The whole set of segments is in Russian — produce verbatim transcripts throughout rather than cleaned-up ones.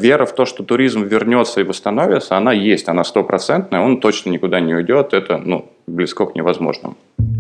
Вера в то, что туризм вернется и восстановится, она есть, она стопроцентная, он точно никуда не уйдет, это ну, близко к невозможному.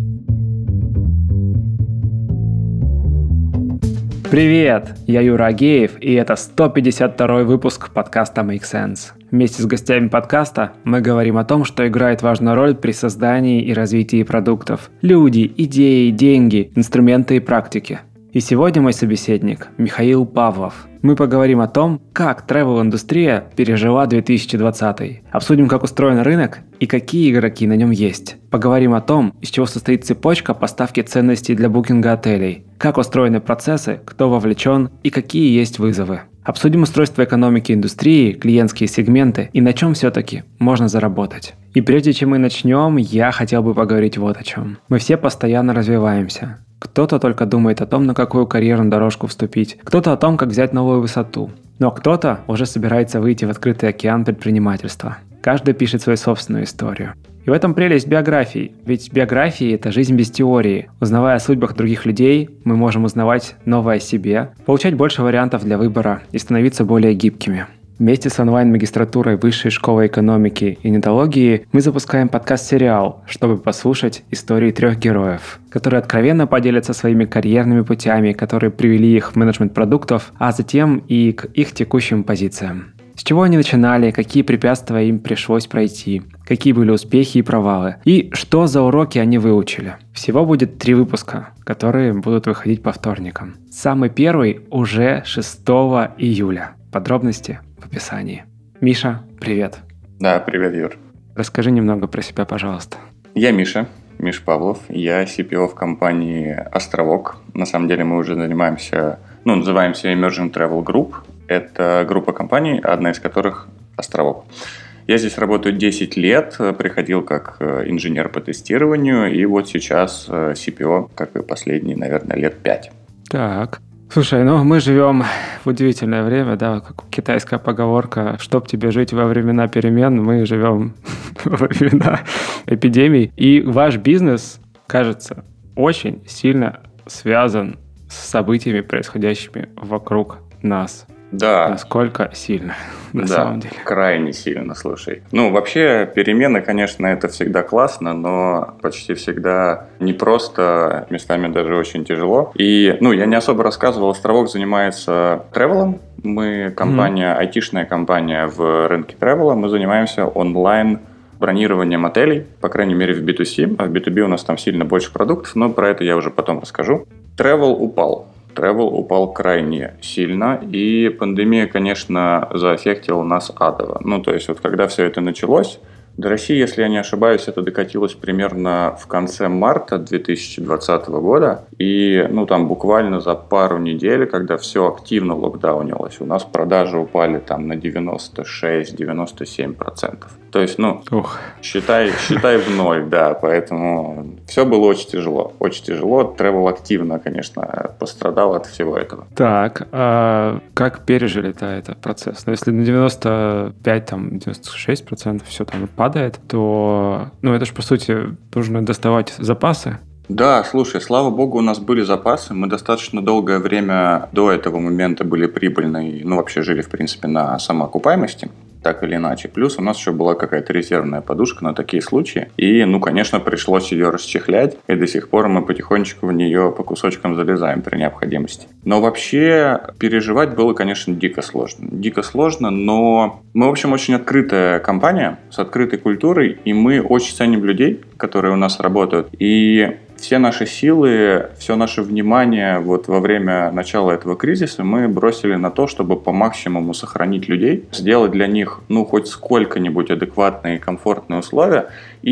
Привет, я Юра Агеев, и это сто пятьдесят второй выпуск подкаста Make Sense. Вместе с гостями подкаста мы говорим о том, что играет важную роль при создании и развитии продуктов. Люди, идеи, деньги, инструменты и практики. И сегодня мой собеседник Михаил Павлов. Мы поговорим о том, как travel-индустрия пережила две тысячи двадцатый. Обсудим, как устроен рынок и какие игроки на нем есть. Поговорим о том, из чего состоит цепочка поставки ценностей для букинга отелей, как устроены процессы, кто вовлечен и какие есть вызовы. Обсудим устройство экономики индустрии, клиентские сегменты и на чем все-таки можно заработать. И прежде чем мы начнем, я хотел бы поговорить вот о чем. Мы все постоянно развиваемся. Кто-то только думает о том, на какую карьерную дорожку вступить, кто-то о том, как взять новую высоту. Но кто-то уже собирается выйти в открытый океан предпринимательства. Каждый пишет свою собственную историю. И в этом прелесть биографии. Ведь биографии – это жизнь без теории. Узнавая о судьбах других людей, мы можем узнавать новое о себе, получать больше вариантов для выбора и становиться более гибкими. Вместе с онлайн-магистратурой Высшей школы экономики и нетологии мы запускаем подкаст-сериал, чтобы послушать истории трех героев, которые откровенно поделятся своими карьерными путями, которые привели их в менеджмент продуктов, а затем и к их текущим позициям. С чего они начинали, какие препятствия им пришлось пройти, какие были успехи и провалы, и что за уроки они выучили. Всего будет три выпуска, которые будут выходить по вторникам. Самый первый уже шестого июля. Подробности в описании. Миша, привет. Да, привет, Юр. Расскажи немного про себя, пожалуйста. Я Миша, Миш Павлов. Я си пи о в компании «Островок». На самом деле мы уже занимаемся, ну, называемся Emerging Travel Group. Это группа компаний, одна из которых «Островок». Я здесь работаю десять лет, приходил как инженер по тестированию, и вот сейчас си пи о, как и последние, наверное, лет пять. Так. Слушай, ну мы живем в удивительное время, да, как китайская поговорка, чтоб тебе жить во времена перемен, мы живем во времена эпидемий. И ваш бизнес, кажется, очень сильно связан с событиями, происходящими вокруг нас. Да. Насколько сильно, на да, самом деле. Крайне сильно, слушай. Ну, вообще, перемены, конечно, это всегда классно, но почти всегда не просто, местами даже очень тяжело. И, ну, я не особо рассказывал, Островок занимается тревелом. Мы компания, mm-hmm. айтишная компания в рынке тревела. Мы занимаемся онлайн бронированием отелей, по крайней мере, в би ту си. А в би ту би у нас там сильно больше продуктов, но про это я уже потом расскажу. Тревел упал. Travel упал крайне сильно, и пандемия, конечно, заэффектила нас адово. Ну, то есть, вот когда все это началось, до России, если я не ошибаюсь, это докатилось примерно в конце марта две тысячи двадцатого года, и, ну, там буквально за пару недель, когда все активно локдаунилось, у нас продажи упали там на девяносто шесть - девяносто семь процентов. То есть, ну, Ух. считай, считай в ноль, да, поэтому все было очень тяжело, очень тяжело. Travel активно, конечно, пострадал от всего этого. Так, а как пережили-то этот процесс? Ну, если на девяносто пять, там, девяносто шесть процентов все там падает, то, ну, это же, по сути, нужно доставать запасы. Да, слушай, слава богу, у нас были запасы. Мы достаточно долгое время до этого момента были прибыльны, ну, вообще жили, в принципе, на самоокупаемости, так или иначе. Плюс у нас еще была какая-то резервная подушка на такие случаи. И, ну, конечно, пришлось ее расчехлять. И до сих пор мы потихонечку в нее по кусочкам залезаем при необходимости. Но вообще переживать было, конечно, дико сложно. Дико сложно, но мы, в общем, очень открытая компания с открытой культурой. И мы очень ценим людей, которые у нас работают. И все наши силы, все наше внимание вот во время начала этого кризиса мы бросили на то, чтобы по максимуму сохранить людей, сделать для них, ну, хоть сколько-нибудь адекватные и комфортные условия.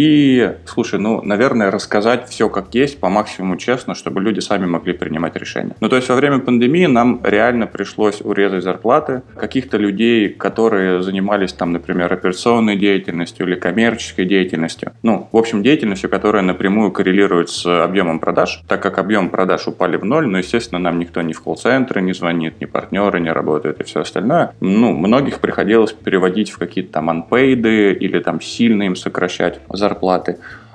И, слушай, ну, наверное, рассказать все как есть, по максимуму честно, чтобы люди сами могли принимать решения. Ну, то есть во время пандемии нам реально пришлось урезать зарплаты каких-то людей, которые занимались там, например, операционной деятельностью или коммерческой деятельностью. Ну, в общем, деятельностью, которая напрямую коррелирует с объемом продаж, так как объем продаж упали в ноль, но, естественно, нам никто ни в колл-центры не звонит, ни партнеры не работают и все остальное. Ну, многих приходилось переводить в какие-то там анпейды или там сильно им сокращать зарплаты.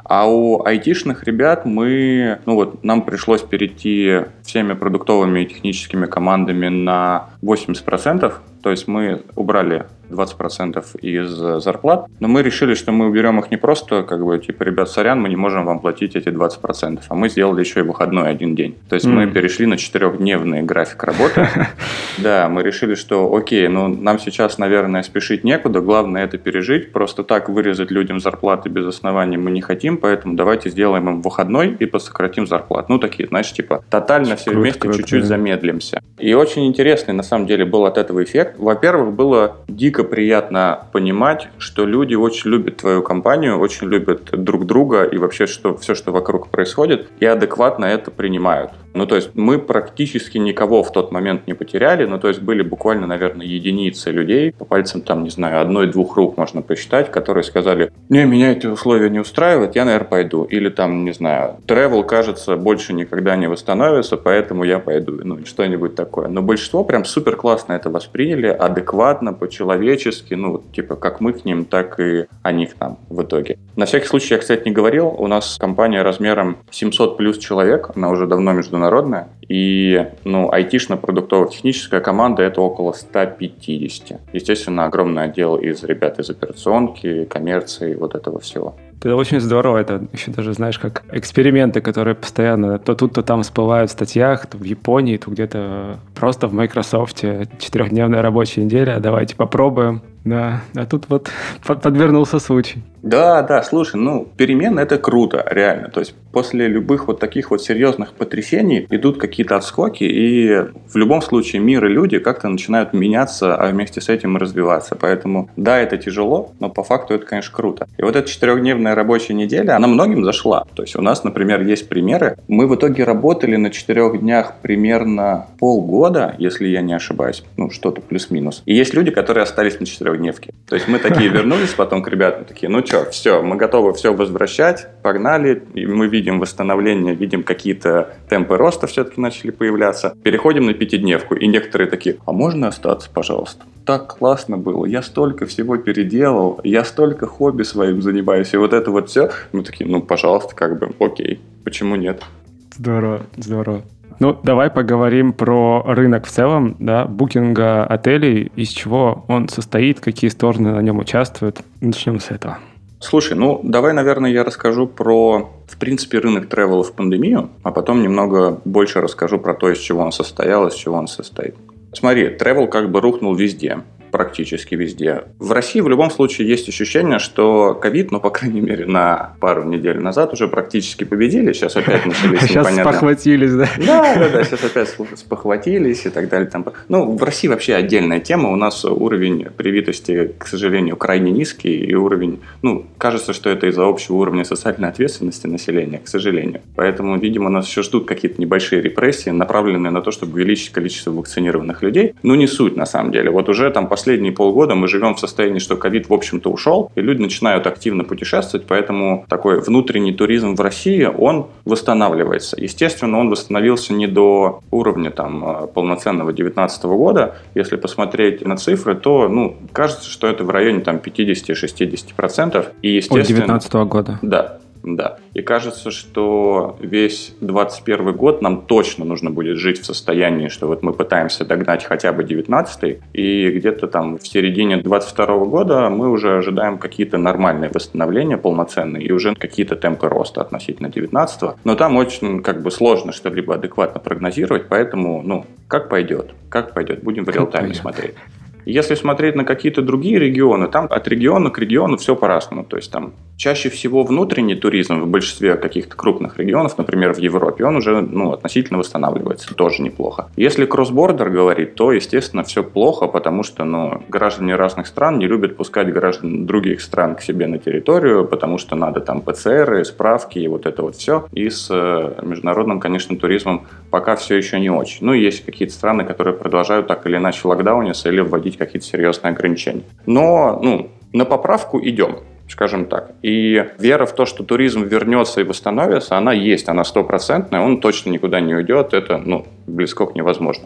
А у айтишных ребят мы, ну вот, нам пришлось перейти всеми продуктовыми и техническими командами на восемьдесят процентов, то есть мы убрали двадцать процентов из зарплат, но мы решили, что мы уберем их не просто, как бы, типа, ребят, сорян, мы не можем вам платить эти двадцать процентов, а мы сделали еще и выходной один день. То есть mm. мы перешли на четырехдневный график работы. Да, мы решили, что окей, ну нам сейчас, наверное, спешить некуда, главное это пережить, просто так вырезать людям зарплаты без оснований мы не хотим, поэтому давайте сделаем им выходной и посократим зарплату. Ну, такие, знаешь, типа, тотально все круто, вместе круто, чуть-чуть да. замедлимся. И очень интересный, на самом деле, был от этого эффект. Во-первых, было дико приятно понимать, что люди очень любят твою компанию, очень любят друг друга и вообще что, все, что вокруг происходит, и адекватно это принимают. Ну, то есть мы практически никого в тот момент не потеряли, ну, то есть были буквально, наверное, единицы людей, по пальцам, там, не знаю, одной-двух рук можно посчитать, которые сказали, не, меня эти условия не устраивают, я, наверное, пойду. Или там, не знаю, travel, кажется, больше никогда не восстановится, поэтому я пойду, ну, что-нибудь такое. Но большинство прям супер классно это восприняли, адекватно, по-человечески, ну, типа, как мы к ним, так и они к нам в итоге. На всякий случай, я, кстати, не говорил, у нас компания размером семьсот плюс человек, она уже давно международная, и, ну, айтишно-продуктово-техническая команда — это около сто пятьдесят. Естественно, огромный отдел из ребят из операционки, коммерции, вот этого всего. Это очень здорово, это еще даже, знаешь, как эксперименты, которые постоянно то тут, то там всплывают в статьях, то в Японии, то где-то просто в Microsoft четырехдневная рабочая неделя, давайте попробуем. Да, а тут вот подвернулся случай. Да, да, слушай, ну, перемены — это круто, реально. То есть после любых вот таких вот серьезных потрясений идут какие-то отскоки, и в любом случае мир и люди как-то начинают меняться, а вместе с этим и развиваться. Поэтому, да, это тяжело, но по факту это, конечно, круто. И вот эта четырехдневная рабочая неделя, она многим зашла. То есть у нас, например, есть примеры. Мы в итоге работали на четырех днях примерно полгода, если я не ошибаюсь, ну, что-то плюс-минус. И есть люди, которые остались на четырехдневке. То есть мы такие вернулись потом к ребятам, такие, ну что, все, мы готовы все возвращать, погнали, и мы видим восстановление, видим какие-то темпы роста все-таки начали появляться. Переходим на пятидневку, и некоторые такие, а можно остаться, пожалуйста? Так классно было, я столько всего переделал, я столько хобби своим занимаюсь, и вот это вот все. Мы такие, ну, пожалуйста, как бы, окей, почему нет? Здорово, здорово. Ну, давай поговорим про рынок в целом, да, букинга отелей, из чего он состоит, какие стороны на нем участвуют. Начнем с этого. Слушай, ну, давай, наверное, я расскажу про, в принципе, рынок тревела в пандемию, а потом немного больше расскажу про то, из чего он состоял, из чего он состоит. Смотри, тревел как бы рухнул везде. Практически везде. В России в любом случае есть ощущение, что ковид, ну, по крайней мере, на пару недель назад уже практически победили. Сейчас опять начались непонятно. Сейчас спохватились, да? Да, да, да, сейчас опять спохватились и так далее. Там. Ну, в России вообще отдельная тема. У нас уровень привитости, к сожалению, крайне низкий. И уровень, ну, кажется, что это из-за общего уровня социальной ответственности населения, к сожалению. Поэтому, видимо, нас еще ждут какие-то небольшие репрессии, направленные на то, чтобы увеличить количество вакцинированных людей. Ну, не суть, на самом деле. Вот уже там последние полгода мы живем в состоянии, что ковид, в общем-то, ушел, и люди начинают активно путешествовать, поэтому такой внутренний туризм в России, он восстанавливается. Естественно, он восстановился не до уровня там, полноценного две тысячи девятнадцатого года. Если посмотреть на цифры, то, ну, кажется, что это в районе там, пятьдесят-шестьдесят процентов. И, естественно, от две тысячи девятнадцатого года. Да. Да. И кажется, что весь двадцать первый год нам точно нужно будет жить в состоянии, что вот мы пытаемся догнать хотя бы девятнадцатый, и где-то там в середине двадцать второго года мы уже ожидаем какие-то нормальные восстановления полноценные и уже какие-то темпы роста относительно девятнадцатого. Но там очень как бы сложно что-либо адекватно прогнозировать, поэтому, ну, как пойдет, как пойдет, будем в реал-тайме смотреть. Если смотреть на какие-то другие регионы, там от региона к региону все по-разному. То есть там чаще всего внутренний туризм в большинстве каких-то крупных регионов, например, в Европе, он уже ну, относительно восстанавливается. Тоже неплохо. Если кросс-бордер говорить, то, естественно, все плохо, потому что ну, граждане разных стран не любят пускать граждан других стран к себе на территорию, потому что надо там ПЦРы, справки и вот это вот все. И с международным, конечно, туризмом пока все еще не очень. Ну, есть какие-то страны, которые продолжают так или иначе локдауниться или вводить какие-то серьезные ограничения. Но, ну, на поправку идем, скажем так. И вера в то, что туризм вернется и восстановится, она есть, она стопроцентная, он точно никуда не уйдет, это, ну, близко к невозможному.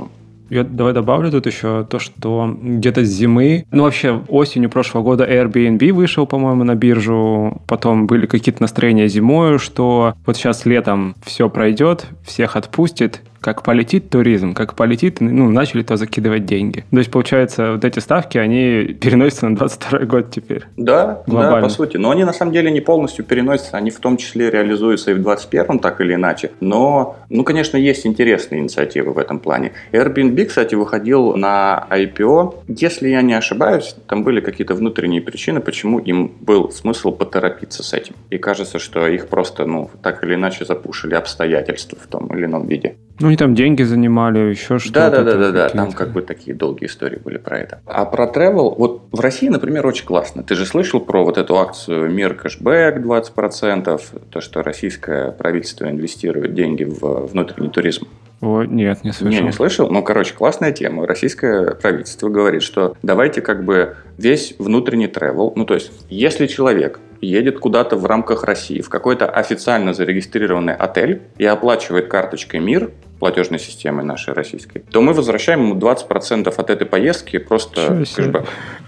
Я давай добавлю тут еще то, что где-то с зимы, ну вообще осенью прошлого года Airbnb вышел, по-моему, на биржу, потом были какие-то настроения зимой, что вот сейчас летом все пройдет, всех отпустит, как полетит туризм, как полетит, ну, начали то закидывать деньги. То есть, получается, вот эти ставки, они переносятся на двадцать второй год теперь. Да, да, по сути. Но они на самом деле не полностью переносятся, они в том числе реализуются и в двадцать первом, так или иначе. Но, ну, конечно, есть интересные инициативы в этом плане. Airbnb, кстати, выходил на ай пи о. Если я не ошибаюсь, там были какие-то внутренние причины, почему им был смысл поторопиться с этим. И кажется, что их просто, ну, так или иначе запушили обстоятельства в том или ином виде. Ну, они там деньги занимали, еще что-то. Да-да-да, там как бы такие долгие истории были про это. А про travel, вот в России, например, очень классно. Ты же слышал про вот эту акцию «Мир кэшбэк» двадцать процентов, то, что российское правительство инвестирует деньги в внутренний туризм? О, нет, не слышал. Не, не слышал? Ну, короче, классная тема. Российское правительство говорит, что давайте как бы весь внутренний travel, ну, то есть, если человек едет куда-то в рамках России в какой-то официально зарегистрированный отель и оплачивает карточкой «Мир», платежной системой нашей российской, то мы возвращаем ему двадцать процентов от этой поездки просто кэшбэк.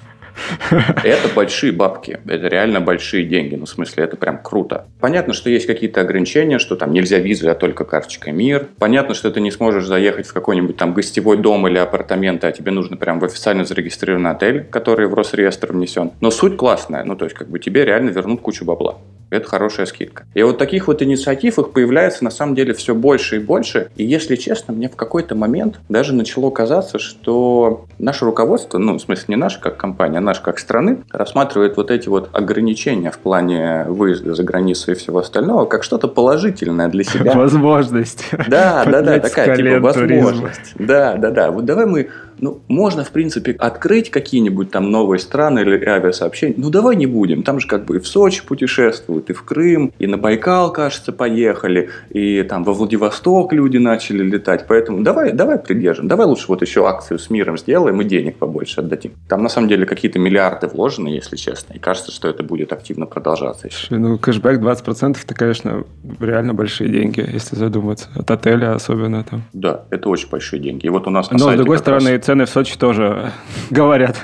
Это большие бабки, это реально большие деньги, ну, в смысле, это прям круто. Понятно, что есть какие-то ограничения, что там нельзя визой, а только карточкой «Мир». Понятно, что ты не сможешь заехать в какой-нибудь там гостевой дом или апартаменты, а тебе нужно прям в официально зарегистрированный отель, который в Росреестр внесен. Но суть классная, ну, то есть, как бы тебе реально вернут кучу бабла. Это хорошая скидка. И вот таких вот инициатив их появляется на самом деле все больше и больше. И если честно, мне в какой-то момент даже начало казаться, что наше руководство, ну, в смысле не наше как компания, а наше как страны, рассматривает вот эти вот ограничения в плане выезда за границу и всего остального как что-то положительное для себя. Возможность. Да, да, да, такая типа возможность. Да, да, да. Вот давай мы... Ну, можно, в принципе, открыть какие-нибудь там новые страны или авиасообщения. Ну, давай не будем. Там же как бы и в Сочи путешествуют, и в Крым, и на Байкал, кажется, поехали, и там во Владивосток люди начали летать. Поэтому давай, давай придержим. Давай лучше вот еще акцию с «Миром» сделаем и денег побольше отдадим. Там, на самом деле, какие-то миллиарды вложены, если честно. И кажется, что это будет активно продолжаться еще. Ну, кэшбэк двадцать процентов, это, конечно, реально большие деньги, если задуматься. От отеля особенно там. Да, это очень большие деньги. И вот у нас на Но, сайте с другой стороны, раз... цены в Сочи тоже говорят.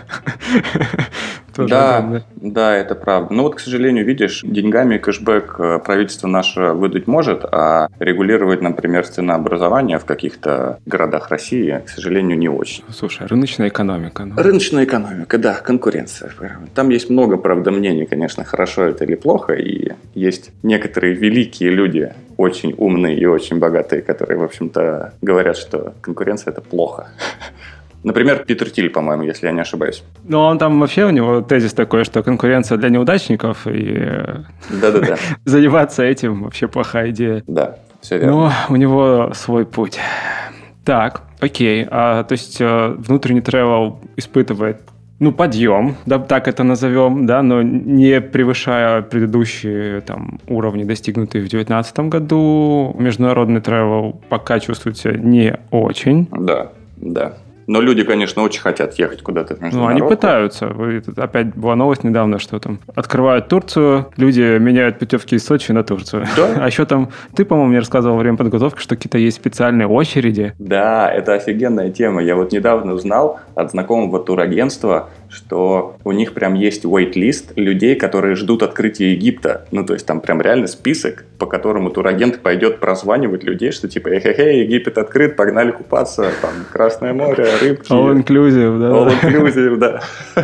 Да, да, это правда. Но вот, к сожалению, видишь, деньгами кэшбэк правительство наше выдать может, а регулировать, например, ценообразование в каких-то городах России, к сожалению, не очень. Слушай, рыночная экономика. Ну. Рыночная экономика, да, конкуренция. Там есть много, правда, мнений, конечно, хорошо это или плохо, и есть некоторые великие люди, очень умные и очень богатые, которые, в общем-то, говорят, что конкуренция – это плохо. Например, Питер Тиль, по-моему, если я не ошибаюсь. Ну, он там вообще, у него тезис такой, что конкуренция для неудачников, и да-да-да. заниматься этим вообще плохая идея. Да, все верно. Но у него свой путь. Так, окей. А, то есть внутренний travel испытывает, ну, подъем, да, так это назовем, да, но не превышая предыдущие там уровни, достигнутые в две тысячи девятнадцатом году. Международный travel пока чувствует себя не очень. Да, да. Но люди, конечно, очень хотят ехать куда-то в международку. Ну, они пытаются. Тут опять была новость недавно, что там открывают Турцию, люди меняют путевки из Сочи на Турцию. Да? А еще там, ты, по-моему, мне рассказывал во время подготовки, что какие-то есть специальные очереди. Да, это офигенная тема. Я вот недавно узнал от знакомого турагентства, что у них прям есть wait-лист людей, которые ждут открытия Египта. Ну, то есть там прям реально список, по которому турагент пойдет прозванивать людей, что типа, эй-хей-хей, Египет открыт, погнали купаться, там, Красное море, рыбки. All-inclusive, да. All-inclusive, да.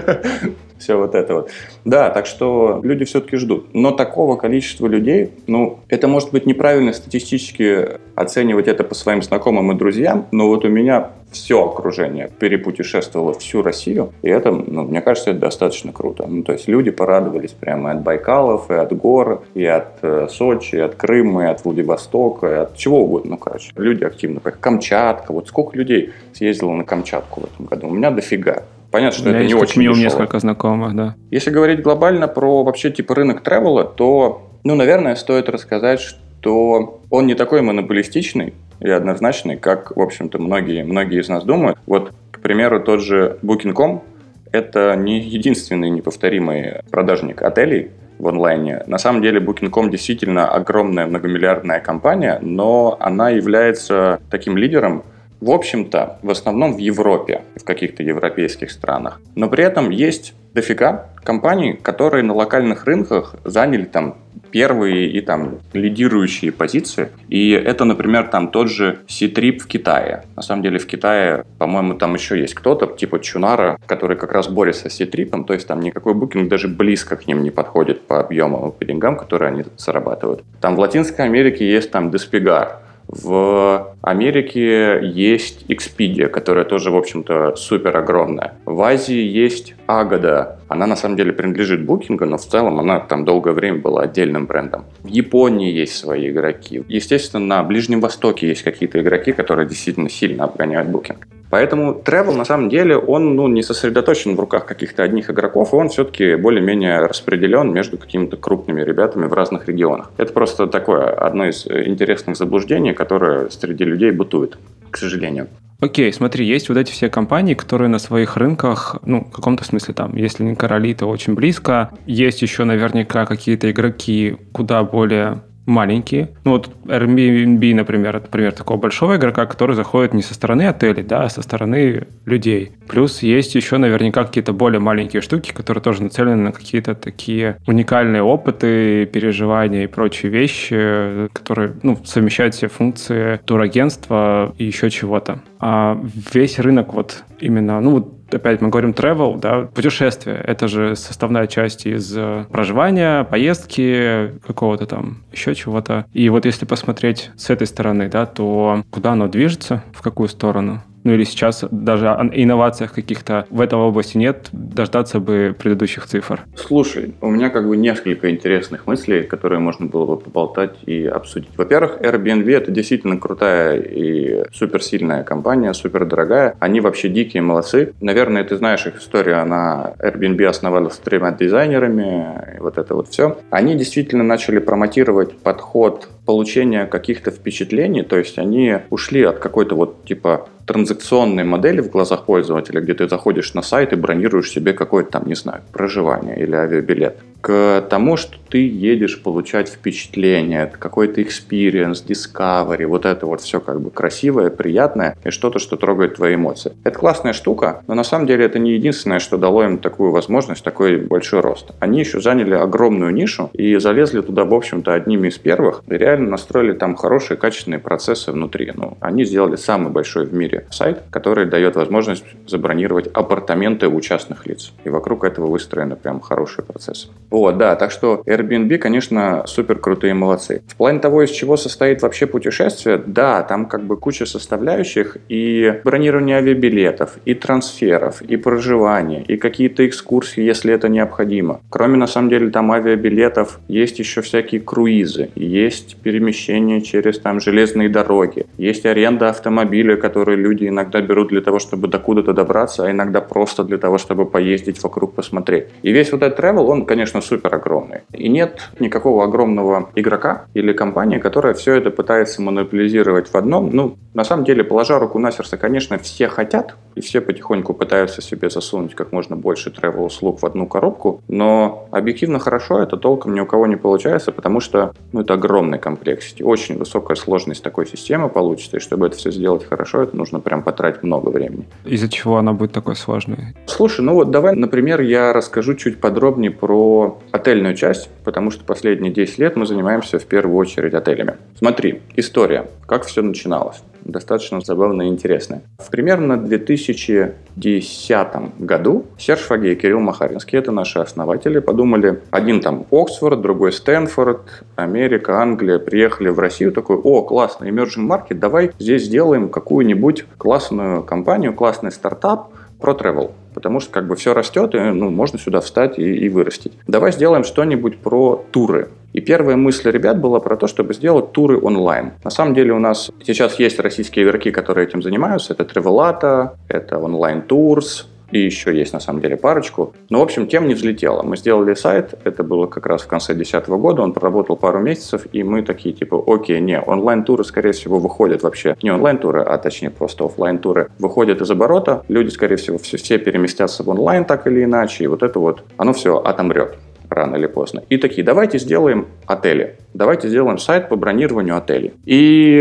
Все вот это вот. Да, так что люди все-таки ждут. Но такого количества людей, ну, это может быть неправильно статистически оценивать это по своим знакомым и друзьям, но вот у меня все окружение перепутешествовало всю Россию, и это, ну, мне кажется, это достаточно круто. Ну, то есть люди порадовались прямо от Байкалов, и от гор, и от э, Сочи, и от Крыма, и от Владивостока, и от чего угодно. Ну, короче, люди активно. Камчатка. Вот сколько людей съездило на Камчатку в этом году? У меня дофига. Понятно, что у меня это не есть очень минимум дешево. Несколько знакомых, да. Если говорить глобально про вообще типа рынок тревела, то, ну, наверное, стоит рассказать, что он не такой монополистичный и однозначный, как, в общем-то, многие, многие из нас думают. Вот, к примеру, тот же букинг точка ком – это не единственный неповторимый продажник отелей в онлайне. На самом деле букинг точка ком действительно огромная многомиллиардная компания, но она является таким лидером в общем-то, в основном в Европе, в каких-то европейских странах. Но при этом есть дофига компаний, которые на локальных рынках заняли там первые и там лидирующие позиции. И это, например, там тот же Ctrip в Китае. На самом деле в Китае, по-моему, там еще есть кто-то, типа Чунара, который как раз борется с Ctrip, то есть там никакой букинг даже близко к ним не подходит по объемам и по деньгам, которые они зарабатывают. Там в Латинской Америке есть там Despegar. В Америке есть Expedia, которая тоже, в общем-то, супер огромная. В Азии есть Agoda. Она на самом деле принадлежит Booking, но в целом она там долгое время была отдельным брендом. В Японии есть свои игроки. Естественно, на Ближнем Востоке есть какие-то игроки, которые действительно сильно обгоняют Booking. Поэтому travel, на самом деле, он ну, не сосредоточен в руках каких-то одних игроков, и он все-таки более-менее распределен между какими-то крупными ребятами в разных регионах. Это просто такое одно из интересных заблуждений, которое среди людей бытует, к сожалению. Окей, смотри, есть вот эти все компании, которые на своих рынках, ну, в каком-то смысле там, если не короли, то очень близко. Есть еще наверняка какие-то игроки куда более маленькие. Ну вот Airbnb, например, это пример такого большого игрока, который заходит не со стороны отелей, да, а со стороны людей. Плюс есть еще наверняка какие-то более маленькие штуки, которые тоже нацелены на какие-то такие уникальные опыты, переживания и прочие вещи, которые, ну, совмещают все функции турагентства и еще чего-то. А весь рынок вот именно, ну вот опять мы говорим travel, да, путешествие. Это же составная часть из проживания, поездки, какого-то там еще чего-то. И вот если посмотреть с этой стороны, да, то куда оно движется, в какую сторону? Ну или сейчас даже о инновациях каких-то в этой области нет, дождаться бы предыдущих цифр. Слушай, у меня как бы несколько интересных мыслей, которые можно было бы поболтать и обсудить. Во-первых, Airbnb — это действительно крутая и суперсильная компания, супердорогая. Они вообще дикие молодцы. Наверное, ты знаешь их историю. Она Airbnb основалась с тремя дизайнерами, и вот это вот все. Они действительно начали промотировать подход получения каких-то впечатлений, то есть они ушли от какой-то вот типа транзакционной модели в глазах пользователя, где ты заходишь на сайт и бронируешь себе какое-то там, не знаю, проживание или авиабилет, к тому, что ты едешь получать впечатление, какой-то experience, discovery, вот это вот все как бы красивое, приятное и что-то, что трогает твои эмоции. Это классная штука, но на самом деле это не единственное, что дало им такую возможность, такой большой рост. Они еще заняли огромную нишу и залезли туда, в общем-то, одними из первых и реально настроили там хорошие, качественные процессы внутри. Ну, они сделали самый большой в мире сайт, который дает возможность забронировать апартаменты у частных лиц. И вокруг этого выстроены прям хорошие процессы. Вот, да, так что Airbnb, конечно, супер крутые молодцы. В плане того, из чего состоит вообще путешествие, да, там как бы куча составляющих, и бронирование авиабилетов, и трансферов, и проживание, и какие-то экскурсии, если это необходимо. Кроме, на самом деле, там авиабилетов, есть еще всякие круизы, есть перемещение через там железные дороги, есть аренда автомобиля, которые люди иногда берут для того, чтобы до куда-то добраться, а иногда просто для того, чтобы поездить вокруг, посмотреть. И весь вот этот travel, он, конечно, супер огромный. И нет никакого огромного игрока или компании, которая все это пытается монополизировать в одном. Ну, на самом деле, положа руку на сердце, конечно, все хотят, и все потихоньку пытаются себе засунуть как можно больше travel-услуг в одну коробку, но объективно хорошо это толком ни у кого не получается, потому что ну, это огромный комплексити, очень высокая сложность такой системы получится, и чтобы это все сделать хорошо, это нужно прям потратить много времени. Из-за чего она будет такой сложной? Слушай, ну вот давай, например, я расскажу чуть подробнее про отельную часть, потому что последние десять лет мы занимаемся в первую очередь отелями. Смотри, история, как все начиналось. Достаточно забавно и интересно. В примерно две тысячи десятом году Серж Фаге и Кирилл Махаринский, это наши основатели, подумали, один там Оксфорд, другой Стэнфорд, Америка, Англия, приехали в Россию, такой, о, классно, emerging market, давай здесь сделаем какую-нибудь классную компанию, классный стартап про travel. Потому что как бы все растет, и ну, можно сюда встать и, и вырастить. Давай сделаем что-нибудь про туры. И первая мысль ребят была про то, чтобы сделать туры онлайн. На самом деле у нас сейчас есть российские игроки, которые этим занимаются. Это Travelata, это Online Tours, и еще есть на самом деле парочку. Но в общем тем не взлетело. Мы сделали сайт, это было как раз в конце две тысячи десятого года, он проработал пару месяцев, и мы такие типа, окей, не, онлайн-туры скорее всего выходят вообще, не онлайн-туры, а точнее просто офлайн-туры, выходят из оборота, люди скорее всего все, все переместятся в онлайн так или иначе, и вот это вот, оно все отомрет рано или поздно. И такие, давайте сделаем отели, давайте сделаем сайт по бронированию отелей. И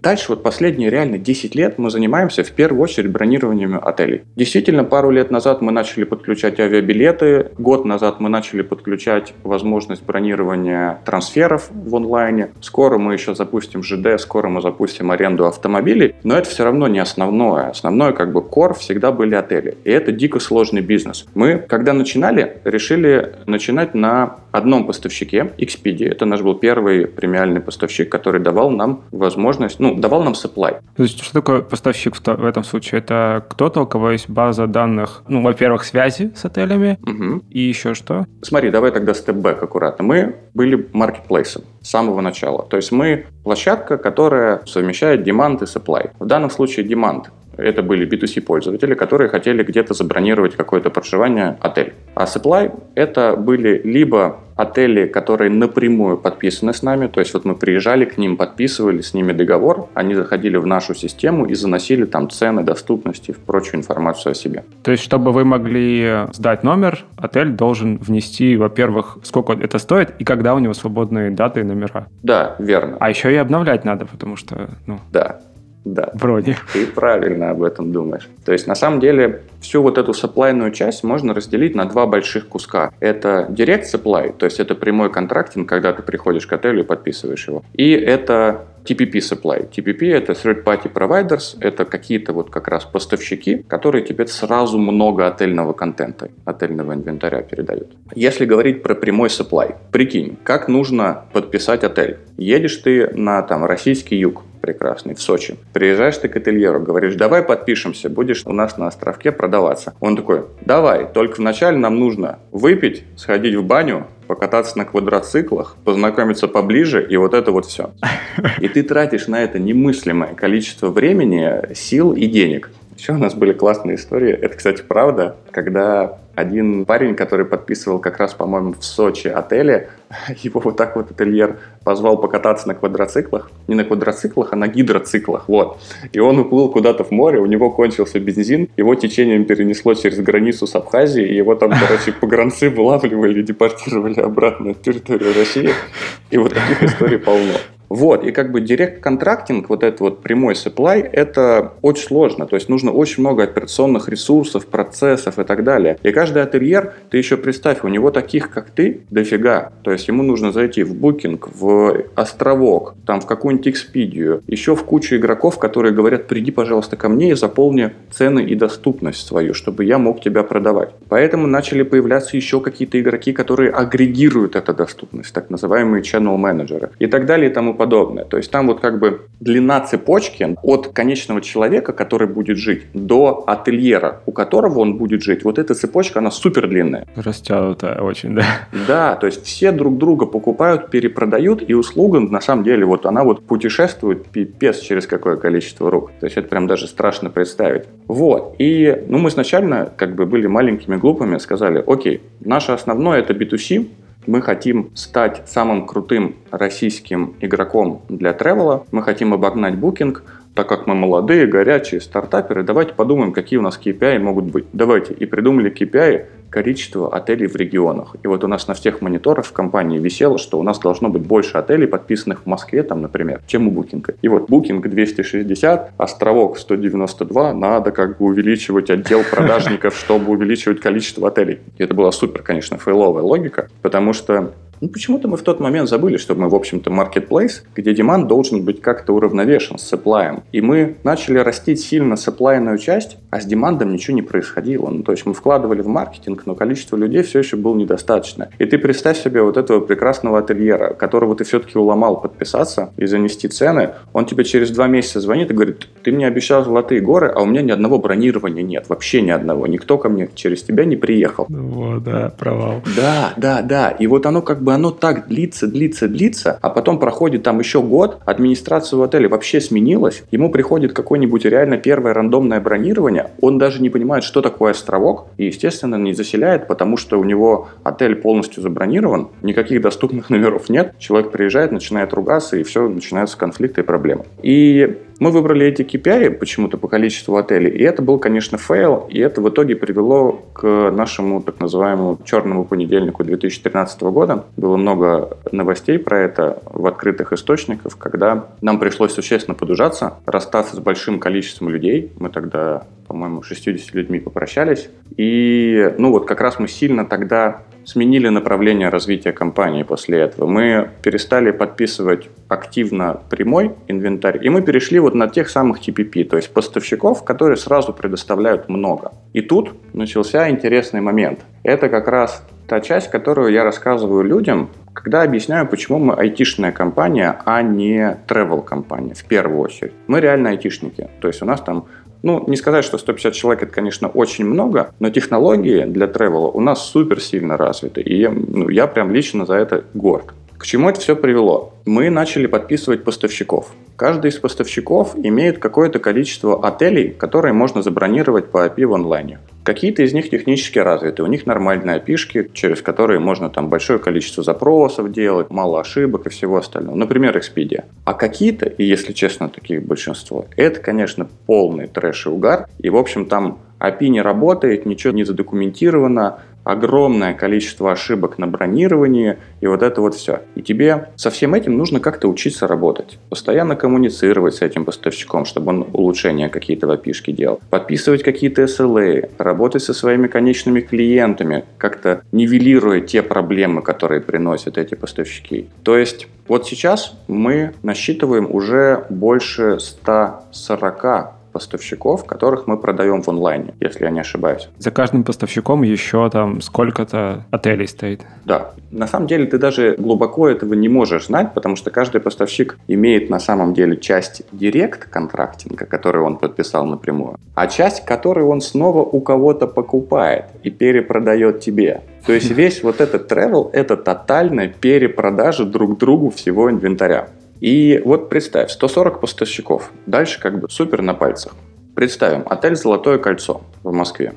дальше вот последние реально десять лет мы занимаемся в первую очередь бронированием отелей. Действительно, пару лет назад мы начали подключать авиабилеты, год назад мы начали подключать возможность бронирования трансферов в онлайне. Скоро мы еще запустим ЖД, скоро мы запустим аренду автомобилей, но это все равно не основное. Основное как бы core всегда были отели. И это дико сложный бизнес. Мы, когда начинали, решили начинать на одном поставщике, Expedia. Это наш был первый премиальный поставщик, который давал нам возможность, ну, давал нам supply. То есть, что такое поставщик в, в этом случае? Это кто-то, у кого есть база данных, ну, во-первых, связи с отелями, угу. И еще что? Смотри, давай тогда степ-бэк аккуратно. Мы были маркетплейсом с самого начала. То есть мы площадка, которая совмещает demand и supply. В данном случае demand — это были би ту си пользователи, которые хотели где-то забронировать какое-то проживание отель. А supply — это были либо отели, которые напрямую подписаны с нами, то есть вот мы приезжали к ним, подписывали с ними договор, они заходили в нашу систему и заносили там цены, доступности и прочую информацию о себе. То есть, чтобы вы могли сдать номер, отель должен внести, во-первых, сколько это стоит и когда у него свободные даты и номера. Да, верно. А еще и обновлять надо, потому что, ну... Да. Да, вроде. Ты правильно об этом думаешь. То есть, на самом деле, всю вот эту supply-ную часть можно разделить на два больших куска. Это direct supply, то есть это прямой контрактинг, когда ты приходишь к отелю и подписываешь его. И это ти пи пи supply. ти пи пи — это third-party providers, это какие-то вот как раз поставщики, которые тебе сразу много отельного контента, отельного инвентаря передают. Если говорить про прямой supply, прикинь, как нужно подписать отель. Едешь ты на там российский юг, прекрасный, в Сочи. Приезжаешь ты к ательеру, говоришь, давай подпишемся, будешь у нас на островке продаваться. Он такой, давай, только вначале нам нужно выпить, сходить в баню, покататься на квадроциклах, познакомиться поближе, и вот это вот все. И ты тратишь на это немыслимое количество времени, сил и денег. Еще у нас были классные истории. Это, кстати, правда, когда один парень, который подписывал как раз, по-моему, в Сочи отели, его вот так вот ательер позвал покататься на квадроциклах. Не на квадроциклах, а на гидроциклах. Вот. И он уплыл куда-то в море, у него кончился бензин, его течением перенесло через границу с Абхазией, и его там, короче, погранцы вылавливали и депортировали обратно на территорию России. И вот таких историй полно. Вот, и как бы директ-контрактинг, вот этот вот прямой supply, это очень сложно, то есть нужно очень много операционных ресурсов, процессов и так далее. И каждый ательер, ты еще представь, у него таких, как ты, дофига, то есть ему нужно зайти в Booking, в Островок, там в какую-нибудь Expedia, еще в кучу игроков, которые говорят, приди, пожалуйста, ко мне и заполни цены и доступность свою, чтобы я мог тебя продавать. Поэтому начали появляться еще какие-то игроки, которые агрегируют эту доступность, так называемые channel-менеджеры и так далее и тому подобное. То есть там вот как бы длина цепочки от конечного человека, который будет жить, до ательера, у которого он будет жить. Вот эта цепочка, она супер длинная. Растянутая очень, да. Да, то есть все друг друга покупают, перепродают, и услуга, на самом деле, вот она вот путешествует пипец через какое количество рук. То есть это прям даже страшно представить. Вот. И, ну, мы изначально как бы были маленькими глупыми, сказали, окей, наше основное это би ту си, мы хотим стать самым крутым российским игроком для тревела, мы хотим обогнать Booking, так как мы молодые, горячие стартаперы, давайте подумаем, какие у нас кей пи ай могут быть. Давайте. И придумали кей пи ай количество отелей в регионах. И вот у нас на всех мониторах в компании висело, что у нас должно быть больше отелей, подписанных в Москве, там, например, чем у Booking. И вот Booking двести шестьдесят, Островок сто девяносто два, надо как бы увеличивать отдел продажников, чтобы увеличивать количество отелей. И это была супер, конечно, фейловая логика, потому что ну, почему-то мы в тот момент забыли, что мы, в общем-то, marketplace, где demand должен быть как-то уравновешен с supply. И мы начали растить сильно supply-ную часть, а с демандом ничего не происходило. Ну, то есть мы вкладывали в маркетинг, но количество людей все еще было недостаточно. И ты представь себе вот этого прекрасного ательера, которого ты все-таки уломал подписаться и занести цены. Он тебе через два месяца звонит и говорит, ты мне обещал золотые горы, а у меня ни одного бронирования нет, вообще ни одного. Никто ко мне через тебя не приехал. Вот, да, провал. Да, да, да. И вот оно как бы оно так длится, длится, длится, а потом проходит там еще год, администрация в отеле вообще сменилась, ему приходит какое-нибудь реально первое рандомное бронирование, он даже не понимает, что такое островок, и, естественно, не заселяет, потому что у него отель полностью забронирован, никаких доступных номеров нет, человек приезжает, начинает ругаться, и все, начинаются конфликты и проблемы. И Мы выбрали эти кей пи ай почему-то по количеству отелей, и это был, конечно, фейл, и это в итоге привело к нашему так называемому черному понедельнику две тысячи тринадцатого года. Было много новостей про это в открытых источниках, когда нам пришлось существенно подужаться, расстаться с большим количеством людей. Мы тогда, по-моему, шестьюдесятью людьми попрощались. И, ну вот как раз мы сильно тогда сменили направление развития компании после этого. Мы перестали подписывать активно прямой инвентарь, и мы перешли вот на тех самых ти пи пи, то есть поставщиков, которые сразу предоставляют много. И тут начался интересный момент. Это как раз та часть, которую я рассказываю людям, когда объясняю, почему мы айтишная компания, а не travel-компания в первую очередь. Мы реально айтишники, то есть у нас там Ну, не сказать, что сто пятьдесят человек, это, конечно, очень много, но технологии для тревела у нас супер сильно развиты, и я, ну, я прям лично за это горд. К чему это все привело? Мы начали подписывать поставщиков. Каждый из поставщиков имеет какое-то количество отелей, которые можно забронировать по эй пи ай в онлайне. Какие-то из них технически развиты, у них нормальные эй пи ай-шки, через которые можно там большое количество запросов делать, мало ошибок и всего остального. Например, Expedia. А какие-то, и если честно, таких большинство, это, конечно, полный трэш и угар. И, в общем, там эй пи ай не работает, ничего не задокументировано, огромное количество ошибок на бронировании, и вот это вот все. И тебе со всем этим нужно как-то учиться работать. Постоянно коммуницировать с этим поставщиком, чтобы он улучшения какие-то в эй пи ай-шки делал. Подписывать какие-то эс эл эй, работать со своими конечными клиентами, как-то нивелируя те проблемы, которые приносят эти поставщики. То есть вот сейчас мы насчитываем уже больше ста сорока поставщиков, которых мы продаем в онлайне, если я не ошибаюсь. За каждым поставщиком еще там сколько-то отелей стоит. Да. На самом деле ты даже глубоко этого не можешь знать, потому что каждый поставщик имеет на самом деле часть директ-контрактинга, который он подписал напрямую, а часть, которую он снова у кого-то покупает и перепродает тебе. То есть весь вот этот travel — это тотальная перепродажа друг другу всего инвентаря. И вот представь, сто сорок поставщиков. Дальше как бы супер на пальцах. Представим, отель «Золотое кольцо» в Москве.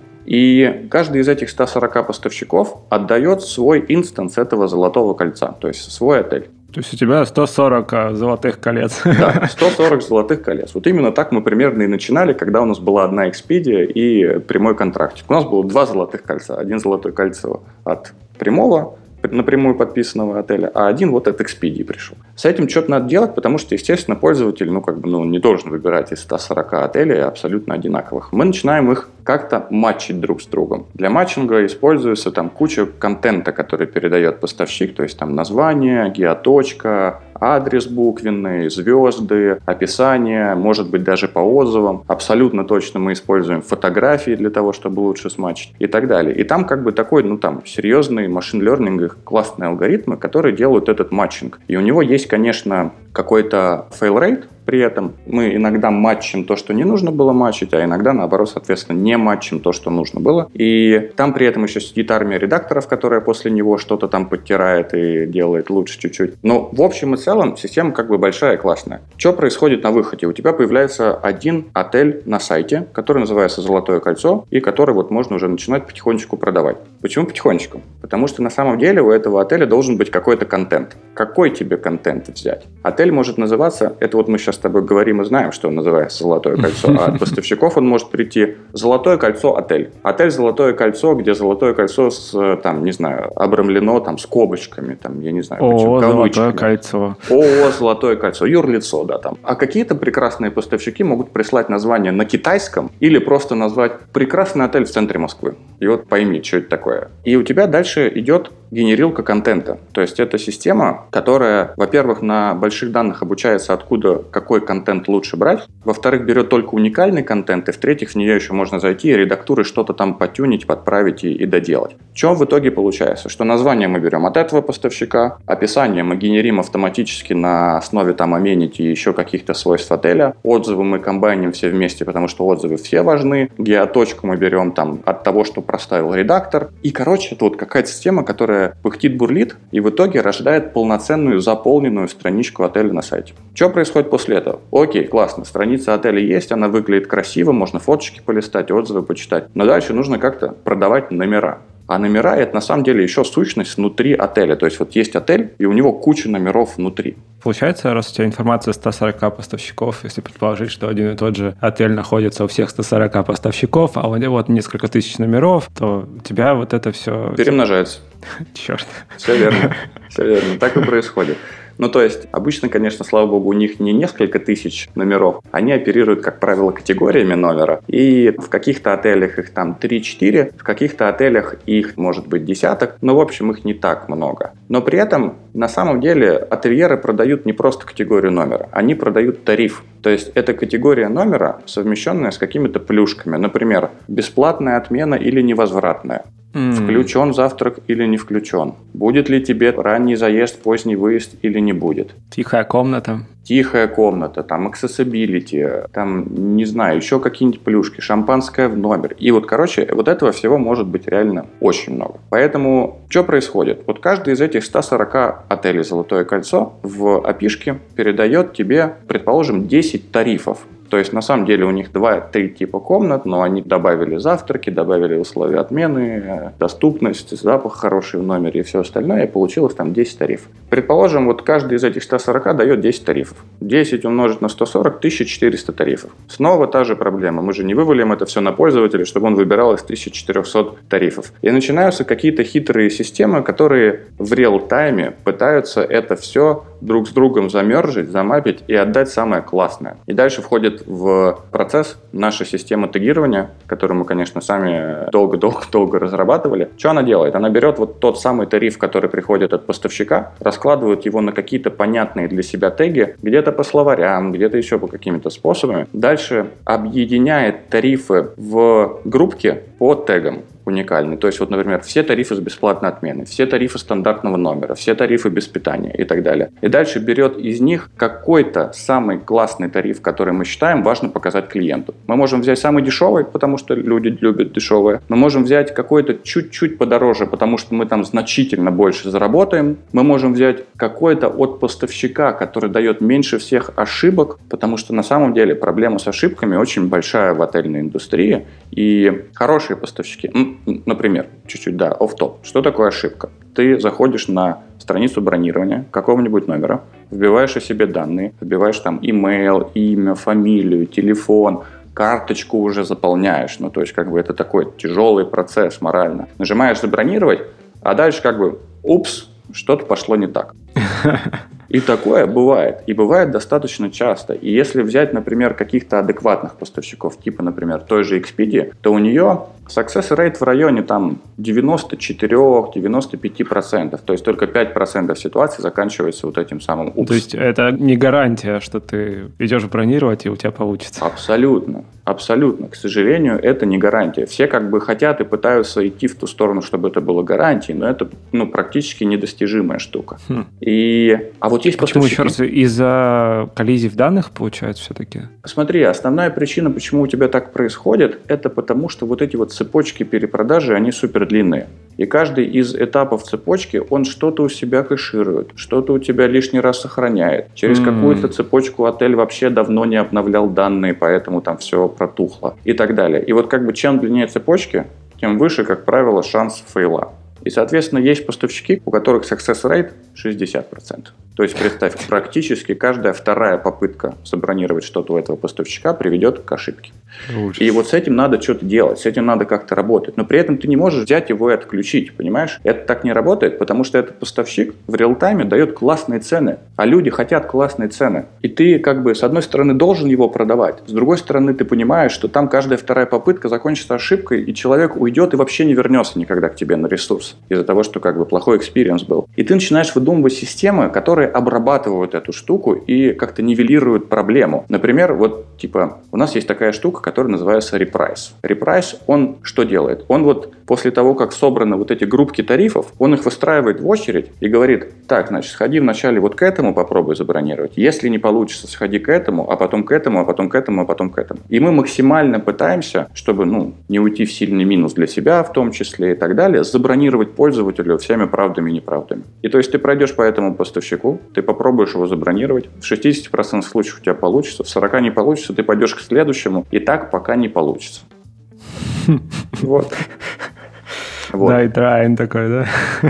И каждый из этих ста сорока поставщиков отдает свой инстанс этого «Золотого кольца», то есть свой отель. То есть у тебя сто сорок золотых колец. Да, сто сорок золотых колец. Вот именно так мы примерно и начинали, когда у нас была одна Expedia и прямой контрактик. У нас было два золотых кольца. Один золотое кольцо от прямого, напрямую подписанного отеля, а один вот от Expedia пришел. С этим что-то надо делать, потому что, естественно, пользователь, ну, как бы, ну, не должен выбирать из ста сорока отелей абсолютно одинаковых. Мы начинаем их как-то матчить друг с другом. Для матчинга используется там куча контента, который передает поставщик, то есть там название, геоточка, адрес буквенный, звезды, описание, может быть даже по отзывам. Абсолютно точно мы используем фотографии для того, чтобы лучше сматчить и так далее. И там как бы такой, ну там, серьезный машин-лернинг, классные алгоритмы, которые делают этот матчинг. И у него есть, конечно, какой-то fail-rate. При этом мы иногда матчим то, что не нужно было матчить, а иногда, наоборот, соответственно, не матчим то, что нужно было. И там при этом еще сидит армия редакторов, которая после него что-то там подтирает и делает лучше чуть-чуть. Но в общем и целом система как бы большая и классная. Что происходит на выходе? У тебя появляется один отель на сайте, который называется «Золотое кольцо», и который вот можно уже начинать потихонечку продавать. Почему потихонечку? Потому что на самом деле у этого отеля должен быть какой-то контент. Какой тебе контент взять? Отель может называться, это вот мы сейчас с тобой говорим и знаем, что он называется «Золотое кольцо», а от поставщиков он может прийти «Золотое кольцо отель». Отель «Золотое кольцо», где «Золотое кольцо» с, там, не знаю, обрамлено там скобочками, там, я не знаю, ООО «Золотое кольцо». ООО «Золотое кольцо», юрлицо, да, там. А какие-то прекрасные поставщики могут прислать название на китайском или просто назвать «прекрасный отель в центре Москвы». И вот пойми, что это такое. И у тебя дальше идет генерилка контента. То есть это система, которая, во-первых, на больших данных обучается, откуда какой контент лучше брать. Во-вторых, берет только уникальный контент. И в-третьих, в нее еще можно зайти и редактуры что-то там потюнить, подправить и, и доделать. В чем в итоге получается? Что название мы берем от этого поставщика, описание мы генерим автоматически на основе там аменити и еще каких-то свойств отеля. Отзывы мы комбайним все вместе, потому что отзывы все важны. Геоточку мы берем там от того, что проставил редактор. И, короче, это вот какая-то система, которая пыхтит, бурлит и в итоге рождает полноценную заполненную страничку отеля на сайте. Что происходит после этого? Окей, классно, страница отеля есть, она выглядит красиво, можно фоточки полистать, отзывы почитать. Но дальше нужно как-то продавать номера. А номера – это на самом деле еще сущность внутри отеля. То есть вот есть отель, и у него куча номеров внутри. Получается, раз у тебя информация ста сорока поставщиков, если предположить, что один и тот же отель находится у всех ста сорока поставщиков, а вот, вот несколько тысяч номеров, то у тебя вот это все... Перемножается. Черт. Все верно. Все верно. Так и происходит. Ну, то есть, обычно, конечно, слава богу, у них не несколько тысяч номеров, они оперируют, как правило, категориями номера, и в каких-то отелях их там три-четыре, в каких-то отелях их может быть десяток, но, в общем, их не так много. Но при этом, на самом деле, ательеры продают не просто категорию номера, они продают тариф. То есть, это категория номера, совмещенная с какими-то плюшками, например, бесплатная отмена или невозвратная. Mm. Включен завтрак или не включен? Будет ли тебе ранний заезд, поздний выезд или не будет? Тихая комната. Тихая комната, там accessibility, там, не знаю, еще какие-нибудь плюшки, шампанское в номер. И вот, короче, вот этого всего может быть реально очень много. Поэтому, что происходит? Вот каждый из этих ста сорока отелей «Золотое кольцо» в опишке передает тебе, предположим, десять тарифов. То есть, на самом деле, у них два-три типа комнат, но они добавили завтраки, добавили условия отмены, доступность, запах хороший в номере и все остальное, и получилось там десять тарифов. Предположим, вот каждый из этих ста сорока дает десять тарифов. десять умножить на сто сорок – тысяча четыреста тарифов. Снова та же проблема. Мы же не вывалим это все на пользователя, чтобы он выбирал из тысяча четыреста тарифов. И начинаются какие-то хитрые системы, которые в реал-тайме пытаются это все друг с другом замержить, замапить и отдать самое классное. И дальше входит в процесс наша система тегирования, которую мы, конечно, сами долго-долго-долго разрабатывали. Что она делает? Она берет вот тот самый тариф, который приходит от поставщика, раскладывает его на какие-то понятные для себя теги, где-то по словарям, где-то еще по какими-то способами. Дальше объединяет тарифы в группки по тегам уникальный. То есть, вот, например, все тарифы с бесплатной отменой, все тарифы стандартного номера, все тарифы без питания и так далее. И дальше берет из них какой-то самый классный тариф, который мы считаем важно показать клиенту. Мы можем взять самый дешевый, потому что люди любят дешевое. Мы можем взять какой-то чуть-чуть подороже, потому что мы там значительно больше заработаем. Мы можем взять какой-то от поставщика, который дает меньше всех ошибок, потому что на самом деле проблема с ошибками очень большая в отельной индустрии. И хорошие поставщики, например, чуть-чуть, да, офф-топ. Что такое ошибка? Ты заходишь на страницу бронирования какого-нибудь номера, вбиваешь о себе данные, вбиваешь там имейл, имя, фамилию, телефон, карточку уже заполняешь. Ну, то есть, как бы это такой тяжелый процесс морально. Нажимаешь «Забронировать», а дальше как бы «Упс, что-то пошло не так». И такое бывает. И бывает достаточно часто. И если взять, например, каких-то адекватных поставщиков, типа, например, той же Expedia, то у нее success rate в районе там девяносто четыре - девяносто пять процентов. То есть только пять процентов ситуаций заканчивается вот этим самым упс. То есть это не гарантия, что ты идешь бронировать и у тебя получится? Абсолютно. Абсолютно. К сожалению, это не гарантия. Все как бы хотят и пытаются идти в ту сторону, чтобы это было гарантией, но это ну, практически недостижимая штука. Хм. И... А вот есть Почему поставщики... еще раз? Из-за коллизий в данных, получается, все-таки? Смотри, основная причина, почему у тебя так происходит, это потому, что вот эти вот цепочки перепродажи, они супер длинные. И каждый из этапов цепочки, он что-то у себя кэширует, что-то у тебя лишний раз сохраняет. Через mm. какую-то цепочку отель вообще давно не обновлял данные, поэтому там все протухло и так далее. И вот как бы чем длиннее цепочки, тем выше, как правило, шанс фейла. И, соответственно, есть поставщики, у которых success rate шестьдесят процентов. То есть, представь, практически каждая вторая попытка забронировать что-то у этого поставщика приведет к ошибке. Ужас. И вот с этим надо что-то делать, с этим надо как-то работать. Но при этом ты не можешь взять его и отключить, понимаешь? Это так не работает, потому что этот поставщик в реал-тайме дает классные цены, а люди хотят классные цены. И ты, как бы, с одной стороны, должен его продавать, с другой стороны, ты понимаешь, что там каждая вторая попытка закончится ошибкой, и человек уйдет и вообще не вернется никогда к тебе на ресурс из-за того, что как бы плохой экспириенс был. И ты начинаешь выдумывать системы, которые обрабатывают эту штуку и как-то нивелируют проблему. Например, вот типа у нас есть такая штука, которая называется Reprise. Reprise, он что делает? Он вот после того, как собраны вот эти группки тарифов, он их выстраивает в очередь и говорит: так, значит, сходи вначале вот к этому, попробуй забронировать. Если не получится, сходи к этому, а потом к этому, а потом к этому, а потом к этому. И мы максимально пытаемся, чтобы ну, не уйти в сильный минус для себя в том числе и так далее, забронировать пользователю всеми правдами и неправдами. И то есть ты пройдешь по этому поставщику, ты попробуешь его забронировать, в шестьдесят процентов случаев у тебя получится, в сорок процентов не получится, ты пойдешь к следующему, и так пока не получится. Вот. Вот. Да, и Трайн такой, да?